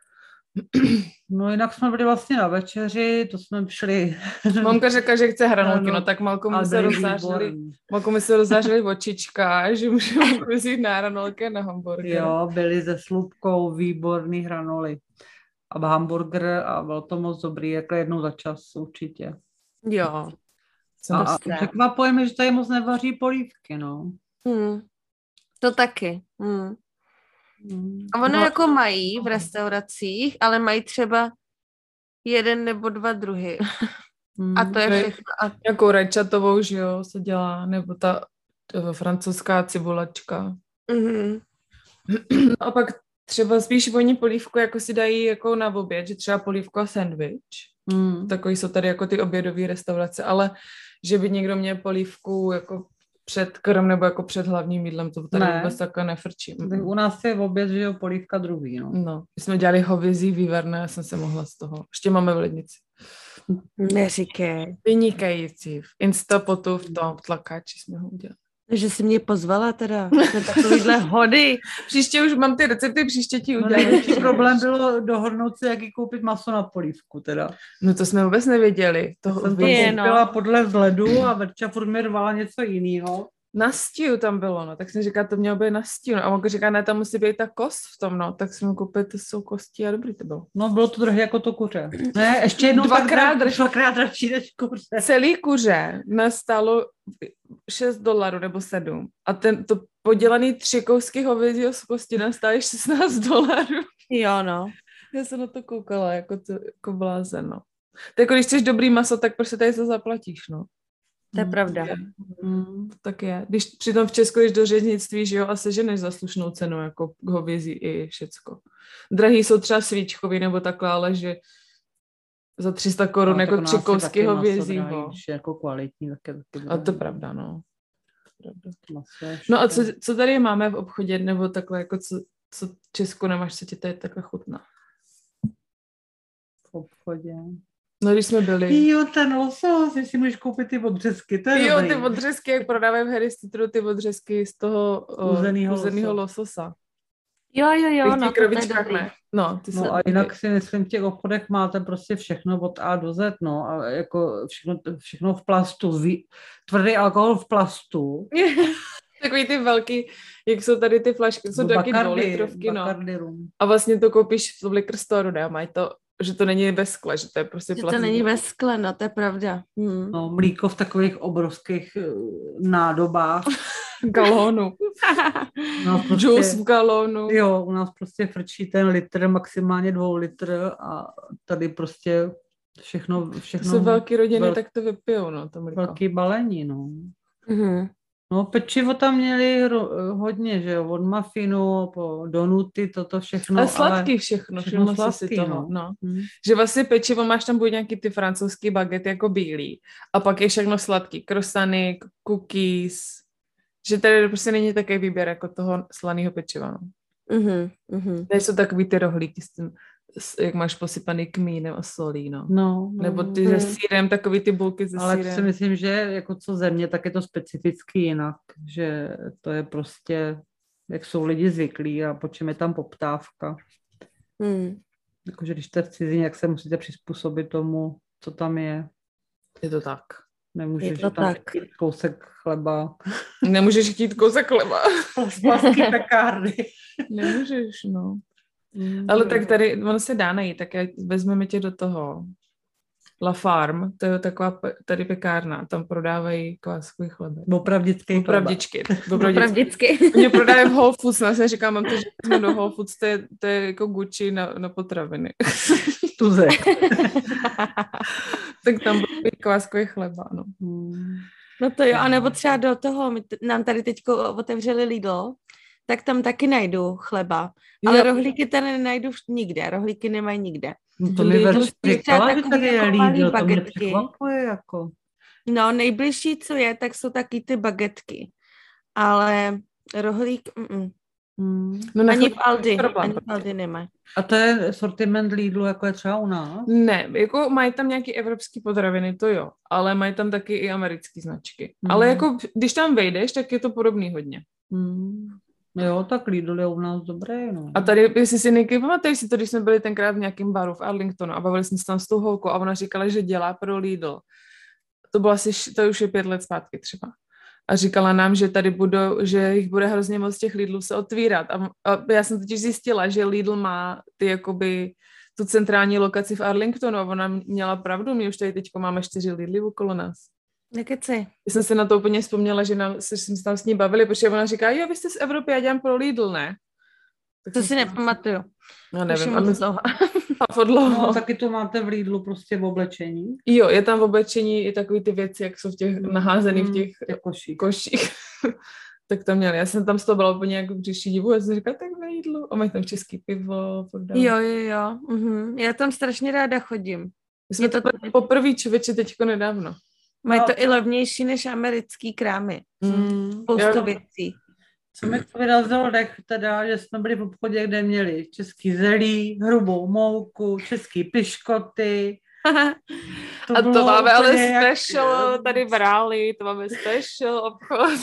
No jinak jsme byli vlastně na večeři, to jsme šli. Mamka řekla, že chce hranolky, Ano. no tak Malko Ale mi se byli rozzářili, výborní. Malko mi se rozzářili očička, že můžeme vzít na hranolky a na hamburger. Jo, byli se slupkou výborný hranoly. A hamburger a bylo to moc dobrý, jako jednou za čas určitě. Jo. Jsem A, a prostě- překvapuje mi, že tady moc nevaří polívky, no. Hmm. To taky. Hmm. Mm. A ono No. jako mají v restauracích, ale mají třeba jeden nebo dva druhy. Mm. A to je To je- všechno. A Nějakou rajčatovou, že jo, se dělá, nebo ta eh, francouzská cibulačka. mhm. No a pak třeba spíš oni polívku jako si dají jako na oběd, že třeba polívku a sendvič. Mm. Takový jsou tady jako ty obědové restaurace, ale že by někdo měl polívku jako před krm nebo jako před hlavním jídlem, to tady Ne. vůbec takhle nefrčím. Tak u nás je v oběd, že jo, polívka druhý, no. No, my jsme dělali hovězí vývarné, já jsem se mohla z toho. Ještě máme v lednici. Neříkej. Vynikající. V Instapotu v tom tlakáči jsme ho udělali. Že jsi mě pozvala teda na takovýhle hody. Příště už mám ty recepty, příště ti No, udělám. největší problém bylo dohodnout si, jaký koupit maso na polívku, teda. No to jsme vůbec nevěděli. To Jsem to Je, no. koupila podle vzhledu a Verča furt mi rvala něco jiného. Na stiu tam bylo, no, tak jsem říkala, to mělo být na stiu, no, a on říká, ne, tam musí být ta kost v tom, no, tak jsem koupil, to jsou kosti a dobrý to bylo. No, bylo to drahé jako to kuře. Ne, ještě jednou Dvakrát tak dražší. dvakrát dražší než kuře. Celý kuře nastalo šest dolarů nebo sedm a ten, to podělaný tři kousky hovězího z kosti nastály šestnáct dolarů. Jo, no. Já jsem na to koukala, jako, to, jako blázen, no. Tak jako když chceš dobrý maso, tak prostě tady to zaplatíš, no. To je pravda. Mm. To tak je. Když přitom v Česku jdeš do řeznictví, že jo, a seženeš za slušnou cenu, jako hovězí i všecko. Drahý jsou třeba svíčkový nebo takhle, ale že za tři sta korun No, tak jako u nás tři je kousky taky maso hovězího. drahý, když je jako kvalitní, tak je taky A to drahý. pravda, no. Pravda. Maso je No a co, škoda. co tady máme v obchodě, nebo takhle, jako co, co v Česku nemáš, co ti tady takhle chutná? V obchodě. No, když jsme byli. Jo, ten losos, jestli můžeš koupit ty odřezky, to je Jo, dobrý. ty odřezky, jak prodávají v Harry Streetu, ty odřezky z toho uh, Uzenýho uzenýho losa. lososa. Jo, jo, jo, V no, těch to je krabičkách, dobrý. ne? No, ty No jsou a jinak si myslím, v těch obchodech máte prostě všechno od A do Z, no, a jako všechno, všechno v plastu, Vý, tvrdý alkohol v plastu. Takový ty velký, jak jsou tady ty flašky, jsou taky dvoulitrovky, no. Bacardi rum. A vlastně to koupíš v liquor store, ne? A mají to, že to není ve skle, že to je prostě Že to plastik. není ve skle, no, to je pravda. Hmm. No, mlíko v takových obrovských eh, nádobách. Galónu. No, prostě, Juice v galónu. jo, u nás prostě frčí ten litr, maximálně dvou litr a tady prostě všechno, To všechno jsou velký rodiny, vel- tak to vypijou, no, to mlíko. velký balení, no. Mhm. No, pečivo tam měli ro- hodně, že jo, od mafinu po donuty, toto všechno. A sladký všechno, všechno všechno si sladký, toho, no. no. Hm. Že vlastně pečivo máš tam buď nějaký ty francouzský bagety jako bílý a pak je všechno sladký, croissany, cookies, že tady prostě není takový výběr jako toho slaného pečiva, no. Mhm. Mhm. Tady jsou takový ty rohlíky s tím, s, jak máš posypaný kmínem a solí, no. No, no, Nebo no. ty se sýrem, takový ty bulky se Ale sýrem. si myslím, že jako co země, tak je to specificky jinak, že to je prostě, jak jsou lidi zvyklí a po čem je tam poptávka. Hmm. Jakože když jste v cizině, jak se musíte přizpůsobit tomu, co tam je. Je to tak. Nemůžeš Je to tam tak. chtít kousek chleba. Nemůžeš chtít kousek chleba. Z plasky pekárny. Nemůžeš, no. Ale tak tady, ono se dá najít, tak já, vezmeme tě do toho. La Farm, to je taková pe- tady pekárna, tam prodávají kváskový chleby. Opravdický chleba. Opravdičky. Opravdičky. Opravdicky. Mě prodávají v Whole Foods, já jsem říkám, mám to, že jsme do Whole Foods, to je, to je jako Gucci na, na potraviny. Tuze. Tak tam byl kváskový chleba, no. Hmm. No to jo, anebo třeba do toho, my t- nám tady teďko otevřeli Lidl, tak tam taky najdu chleba. Ale Jo. rohlíky tady nenajdu vš- nikde, rohlíky nemají nikde. No to mi Lidl Verča třeba říkala, že takový tady je jako malý Lidl, to mě bagetky. překvapuje jako. No nejbližší, co je, tak jsou taky ty bagetky. Ale rohlík, mm, Hmm. No na ani v chleba Aldi, problém, ani v prostě. Aldi nemají. A to je sortiment Lidlu, jako je třeba u nás? Ne, jako mají tam nějaké evropské potraviny, to jo, ale mají tam taky i americké značky. Hmm. Ale jako, když tam vejdeš, tak je to podobný hodně. Hmm. Jo, tak Lidl je u nás dobré, no. A tady, jestli si Niky, pamatuješ si to, když jsme byli tenkrát v nějakém baru v Arlingtonu a bavili jsme se tam s tou holkou a ona říkala, že dělá pro Lidl. To bylo asi, š- to už je pět let zpátky třeba. A říkala nám, že tady budou, že jich bude hrozně moc těch Lidlů se otvírat. A, a já jsem totiž zjistila, že Lidl má ty jakoby tu centrální lokaci v Arlingtonu a ona měla pravdu, my už tady teďko máme čtyři Lidly okolo nás. Nekeci. Já jsem se na to úplně vzpomněla, že nám, se, jsme se tam s ní bavili, protože ona říká, jo, vy jste z Evropy, já dělám pro Lidl, ne? Tak To jsem si nepamatuju. No Už je nevím, a moc my dlouho. a podlouho. No, taky to máte v Lidlu prostě v oblečení. Jo, je tam v oblečení i takový ty věci, jak jsou v těch naházený v těch těch koších. koších. Tak to měli. Já jsem tam z toho byla úplně jako v břiší divu a jsem říkala, tak na jídlo. A mají tam český pivo. Podám. Jo, jo, jo. Mhm. Já tam strašně ráda chodím. My jsme je to- to poprvé člověče teďko nedávno. Mají No. to i levnější než americký krámy. Mm. Spoustu Jo. věcí. Co mi to vyrazilo dech teda, že jsme byli v obchodě, kde měli český zelí, hrubou mouku, český piškoty. A to bylo máme ale úplně jak- special tady v Ráli, to máme special obchod.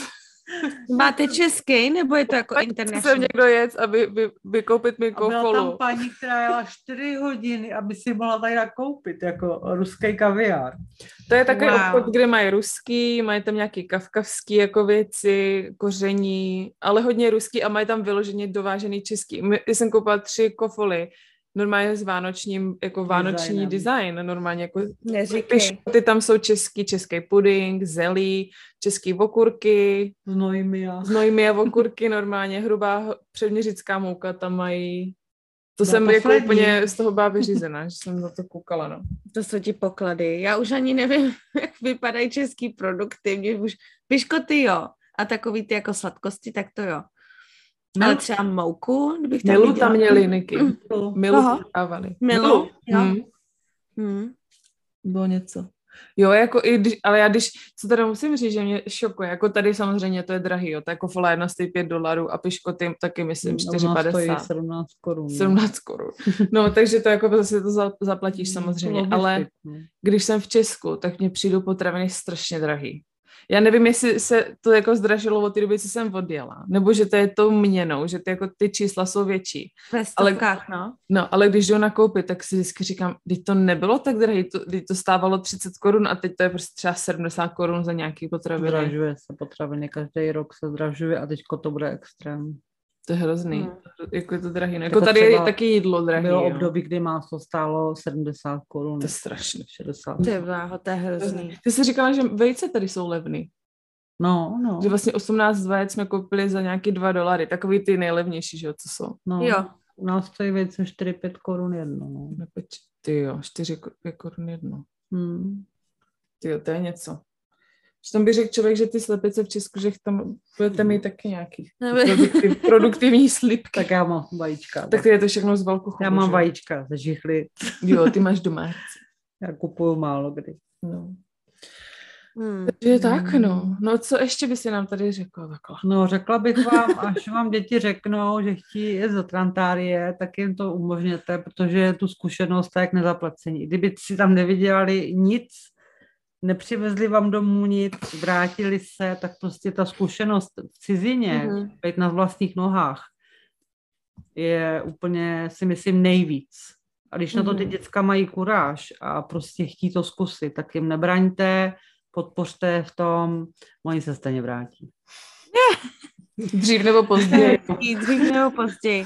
Máte český, nebo je to jako Chce sem international? někdo jet, aby vy, vykoupit mi A byla tam kofolu. paní, která jela čtyři hodiny, aby si mohla tady nakoupit, jako ruský kaviár. To je takový Wow. obchod, kde mají ruský, mají tam nějaký kavkavský jako věci, koření, ale hodně ruský a mají tam vyloženě dovážený český. My, já jsem koupila tři kofoly, normálně s vánočním, jako vánoční Designem. design, normálně jako Neříkej. piškoty tam jsou český, český puding, zelí, český okurky, Znojmi a... znojmy a okurky, normálně hrubá předměřická mouka tam mají. To No, jsem jako poslední. úplně z toho byla vyřízená, že jsem na to koukala, no. To jsou ti poklady. Já už ani nevím, jak vypadají český produkty. Mě už piškoty, jo. A takový ty jako sladkosti, tak to jo. No. Ale třeba mouku, kdybych tam Milu viděla. tam měli, Niky. Milu Aha. tam dávali. Milu, jo. Hmm. Hmm. Bylo něco. Jo, jako i když, ale já když, co teda musím říct, že mě šokuje, jako tady samozřejmě to je drahý, jo, to je kofola jedna stojí pět dolarů a piškoty taky myslím čtyři Ona stojí padesát. sedmnáct korun. no. sedmnáct korun. No, takže to jako zase to za- zaplatíš samozřejmě, Logistick, ale no. když jsem v Česku, tak mě přijdou potraviny strašně drahý. Já nevím, jestli se to jako zdražilo od té doby, co jsem odjela, nebo že to je tou měnou, že ty, jako ty čísla jsou větší. Ve stovkách, no. No, ale když jdu nakoupit, tak si vždycky říkám, teď to nebylo tak drahé, to, teď to stávalo třicet korun a teď to je prostě třeba sedmdesát korun za nějaký potraviny. Zdražuje se potraviny, každý rok se zdražuje a teďko to bude extrém. To je hrozný, Hmm. jako je to drahý. No, Jako jako tady je třeba taky jídlo drahý. Bylo jo. období, kdy máslo stálo sedmdesát korun. To je strašné. šedesát. Ty bláho, to je hrozný. Ty jsi říkala, že vejce tady jsou levný. No, no. Že vlastně osmnáct vajec jsme koupili za nějaký dva dolary. Takový ty nejlevnější, že jo, co jsou. no. Jo. U nás stojí věci čtyři pět korun jedno. No. Jako, ty jo, čtyři korun jedno. Hmm. Ty jo, to je něco. Že tam by řekl člověk, že ty slepice v Česku, že tam budete mít taky nějaký produktiv, produktivní slipky. Tak já mám vajíčka. Tak ty je to všechno z velkou chovu, já mám že? vajíčka ze žihly. Jo, ty máš domácí. Já kupuju málo kdy. No. Hmm. Takže tak, no. No co ještě by si nám tady řekl takhle? No, řekla bych vám, až vám děti řeknou, že chtějí jít do Trantárie, tak jim to umožněte, protože je tu zkušenost tak nezaplacení. Kdyby si tam nevydělali nic, nepřivezli vám domů nic, vrátili se, tak prostě ta zkušenost v cizině, Mhm. být na vlastních nohách, je úplně, si myslím, nejvíc. A když na to ty Mhm. děcka mají kuráž a prostě chtí to zkusit, tak jim nebraňte, podpořte v tom, oni se stejně vrátí. Dřív nebo To je později. hezký, dřív nebo později.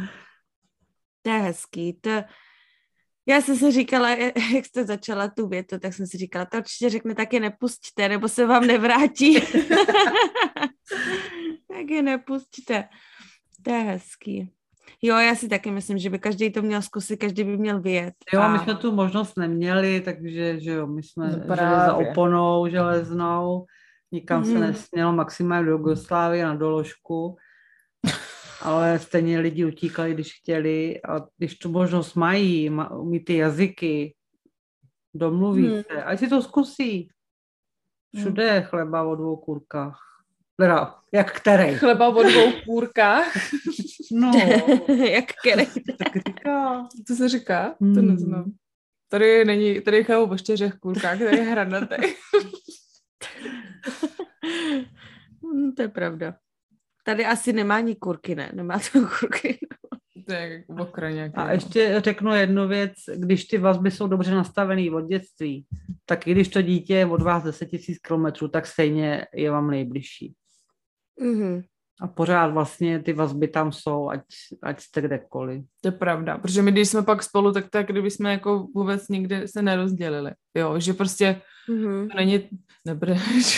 To je hezký. To... Já jsem si říkala, jak jste začala tu větu, tak jsem si říkala, to určitě řekne, tak je nepustíte, nebo se vám nevrátí. Tak je nepustíte. To je hezký. Jo, já si taky myslím, že by každý to měl zkusit, každý by měl vyjet. Jo, A- my jsme tu možnost neměli, takže že jo, my jsme No žili právě. za oponou železnou, Nikam mm. se nesmělo, maximálně do Jugoslávie na doložku, ale stejně lidi utíkali, když chtěli a když tu možnost mají, umí ty jazyky, domluví mm. se, ať si to zkusí. Všude je chleba o dvou kůrkách. Teda, jak který? Chleba o dvou kůrkách? No. Jak který? Tak říká. Co se říká? Hmm. To neznám. Tady není, tady je chleba o čtyřech kůrkách, tady je hranatý. To je pravda. Tady asi nemá ani kurky, ne? Nemá to kurky. To je jako okra nějaký. A ještě řeknu jednu věc, když ty vazby jsou dobře nastavený od dětství, tak i když to dítě je od vás deset tisíc kilometrů, tak stejně je vám nejbližší. Mm-hmm. A pořád vlastně ty vazby tam jsou, ať, ať jste kdekoliv. To je pravda, protože my, když jsme pak spolu, tak tak, kdyby jsme jako vůbec nikdy se nerozdělili. Jo, že prostě Mm-hmm. to není, nebude,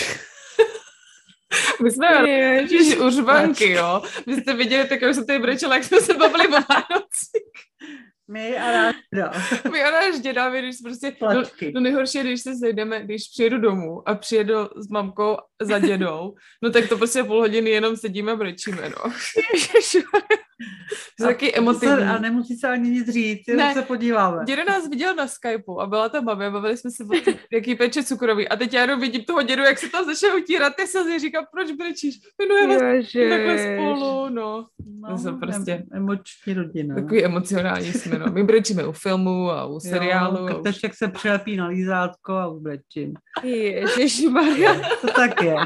my jsme Ježiš, užbanky, jo. Vy jste viděli, tak už jsem tady brečela, jak jsme se bavili o Vánocích. My a náš děda. My a náš děda, my když prostě, no, no nejhorší je, když se sejdeme, když přijedu domů a přijedu s mamkou za dědou, no tak to prostě půl hodiny jenom sedíme a brečíme, no. Ježiš. To je taky emotivní. A nemusí se ani nic říct, jenom ne, se podíváme. Děda nás viděl na Skypeu a byla tam mami a bavili jsme se o tom, jaký peče cukrový. A teď já jenom vidím toho dědu, jak se tam začne utírat ty slzy, říkám, proč brečíš? No je vás takhle spolu, no. No, jsme prostě em, emoční rodina. Takový emocionální jsme, no. My brečíme u filmu a u seriálu. Jo, krteček už se přilepí na lízátko a už brečím. Ježišmarja. To tak je.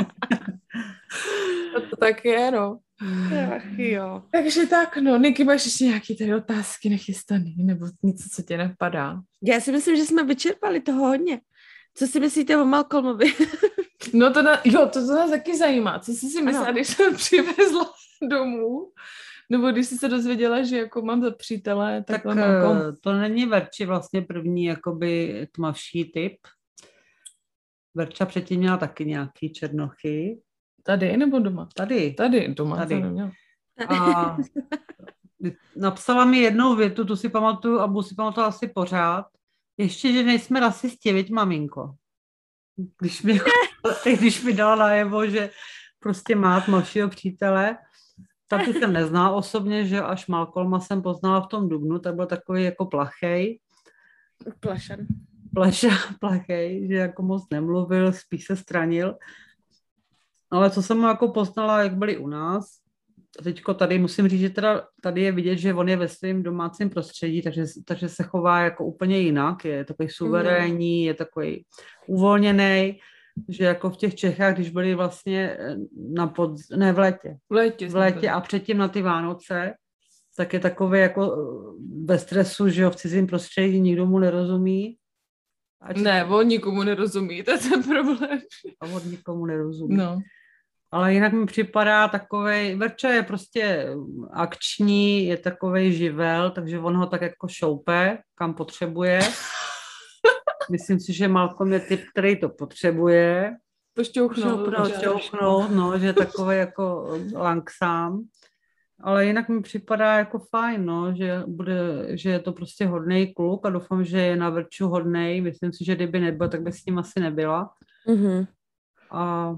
To, to tak je, no. Ach jo. Takže tak, no, Niky, máš ještě nějaké tady otázky nechystaný, nebo něco, co tě napadá? Já si myslím, že jsme vyčerpali toho hodně. Co si myslíte o Malcolmovi? No to, na, jo, to, to nás taky zajímá. Co jsi si myslela, když jsem přivezla domů? Nebo když jsi se dozvěděla, že jako mám za přítele, tak, tak Malcolm. To není Verči vlastně první jakoby tmavší typ. Verča předtím měla taky nějaký černochy. Tady nebo doma? Tady. Tady, doma Tady. to neměla. A napsala mi jednou větu, tu si pamatuju a budu si pamatovat asi pořád. Ještě, že nejsme rasisti, viď, maminko? Když mi, když mi dala najevo, že prostě má tmavšího přítele, tak jsem neznala osobně, že až Malcolma jsem poznala v tom dubnu, tak byl takový jako plachej. Plašan. Plaša, plachej, že jako moc nemluvil, spíš se stranil. Ale co jsem mu jako poznala, jak byli u nás, teďko tady musím říct, že teda tady je vidět, že on je ve svém domácím prostředí, takže, takže se chová jako úplně jinak, je takový suverénní, je takový uvolněný, že jako v těch Čechách, když byli vlastně na pod, ne v létě, v létě, v létě a předtím na ty Vánoce, tak je takový jako bez stresu, že jo, v cizím prostředí nikdo mu nerozumí. Ať ne, on nikomu nerozumí, to je ten problém. A on nikomu nerozumí. No. Ale jinak mi připadá takovej, Verča je prostě akční, je takovej živel, takže on ho tak jako šoupe, kam potřebuje. Myslím si, že Malcolm je typ, který to potřebuje. Pošťouchnout. Pošťouchnout, no, že je takovej jako langsám. Ale jinak mi připadá jako fajn, no, že, bude, že je to prostě hodnej kluk a doufám, že je na Verču hodnej. Myslím si, že kdyby nebyl, tak by s ním asi nebyla. Mm-hmm. A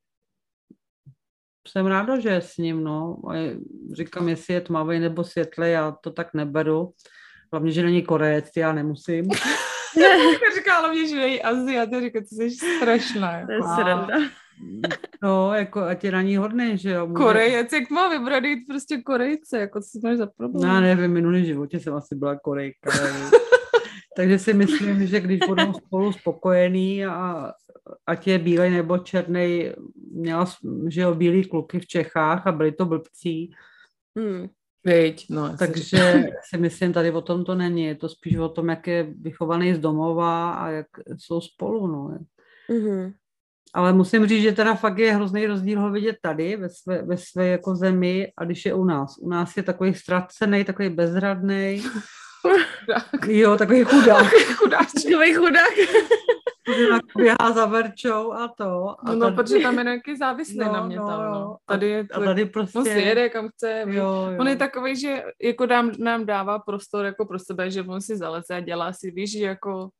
jsem ráda, že je s ním, no. A říkám, jestli je tmavý nebo světlej, já to tak neberu. Hlavně, že není Korejec, já nemusím. Říká hlavně, že není Aziat, já říkám, ty jsi strašná. To je sranda. No, jako, ať je na ní hodný, že jo. Může... Korejec, jak má vybrat jít prostě Korejce, jako co máš za problém? No, nevím, v minulém životě jsem asi byla Korejka. Takže si myslím, že když budou spolu spokojení a ať je bílej nebo černý, měla, že jo, bílý kluky v Čechách a byli to blbcí. Hmm. Veď, no. Takže si myslím, tady o tom to není. Je to spíš o tom, jak je vychovaný z domova a jak jsou spolu, no. Mm-hmm. Ale musím říct, že teda fakt je hrozný rozdíl ho vidět tady, ve své, ve své jako zemi, a když je u nás. U nás je takový ztracený, takový bezradný. Jo, takový chudák. Chudák. Takový chudák. Běhá za Verčou a to. A no, no, protože tam je nějaký závislý no, na mě no, tam, no. no. Tady je, a tady prostě... On si jede, kam chce. Jo, jo. On je takový, že jako dám, nám dává prostor jako pro sebe, že on si zaleze a dělá si, víš, že jako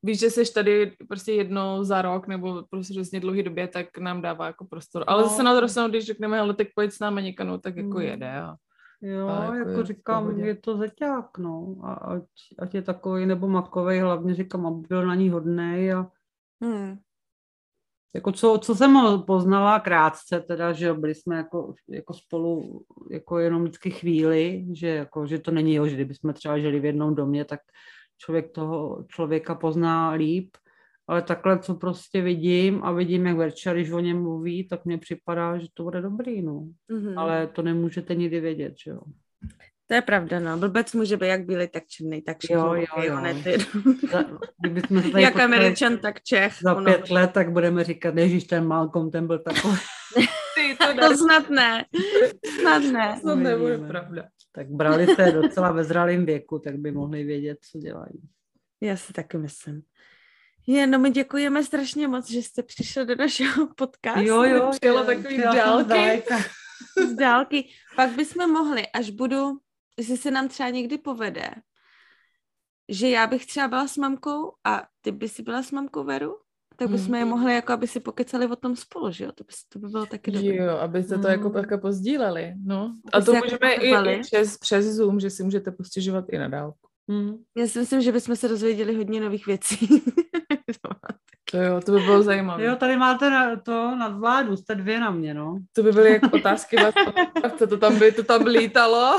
víš, že seš tady prostě jednou za rok nebo prostě přesně dlouhý době, tak nám dává jako prostor. Ale No. zase na druhou stranu, když řekneme, hele, tak pojď s námi někam, no, tak jako Mm. jede. A, Jo, a jako, jako jako je v říkám, pohodě. je to zeťák, no. A ať, ať je takový nebo makovej, hlavně říkám, aby byl na ní hodnej a Hmm. jako co, co jsem ho poznala krátce, teda, že byli jsme jako, jako spolu jako jenom vždycky chvíli, že, jako, že to není jo, že kdybychom třeba žili v jednom domě, tak člověk toho člověka pozná líp, ale takhle, co prostě vidím a vidím, jak Verča, když o něm mluví, tak mně připadá, že to bude dobrý, no. Mhm. Ale to nemůžete nikdy vědět, že jo. To je pravda, no. Blbec může být jak bílej, tak černý, tak všechno. Jo, jo, okej, jo. on je ty- Za, kdybychom se tady Jak potkali Američan, tak Čech. za ono. pět let, tak budeme říkat, ježiš, ten Malcolm, ten byl takový. Ty, to, To snad ne. Snad ne. to nebude Uvidíme. pravda. Tak brali se docela ve zralém věku, tak by mohli vědět, co dělají. Já si taky myslím. Je, no my děkujeme strašně moc, že jste přišli do našeho podcastu. Jo, jo, přijela jo, takový přijela jsem dálky. zdaleka. Z dálky. Pak bychom mohli, až budu, jestli se nám třeba někdy povede, že já bych třeba byla s mamkou a ty by si byla s mamkou Veru, tak bychom je mohli jako, aby si pokecali o tom spolu, že jo? To by, to by bylo taky dobré. Jo, abyste to Mm. jako, jako pozdíleli, no. A Aby to se jako můžeme i, podívali. i přes, přes Zoom, že si můžete postěžovat i na dálku. Hmm. Já si myslím, že bychom se dozvěděli hodně nových věcí. To jo, to by bylo zajímavé. Jo, tady máte na, to nadvládu, jste dvě na mě, no. To by byly jako otázky vás, co to tam by, to tam lítalo.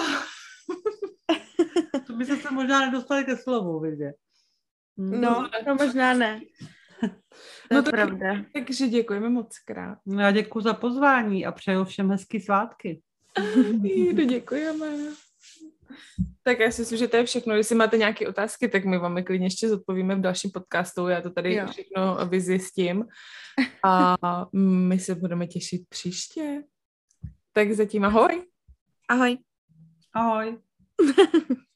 To by se se možná nedostali ke slovu, vidě. Hmm. No, no možná ne. To No je to- pravda. Takže děkujeme moc krát. No, já děkuji za pozvání a přeju všem hezký svátky. Jídu, děkujeme. Tak já si myslím, že to je všechno. Jestli máte nějaké otázky, tak my vám je klidně ještě zodpovíme v dalším podcastu. Já to tady Jo. všechno vyzjistím. A my se budeme těšit příště. Tak zatím ahoj. Ahoj. Ahoj.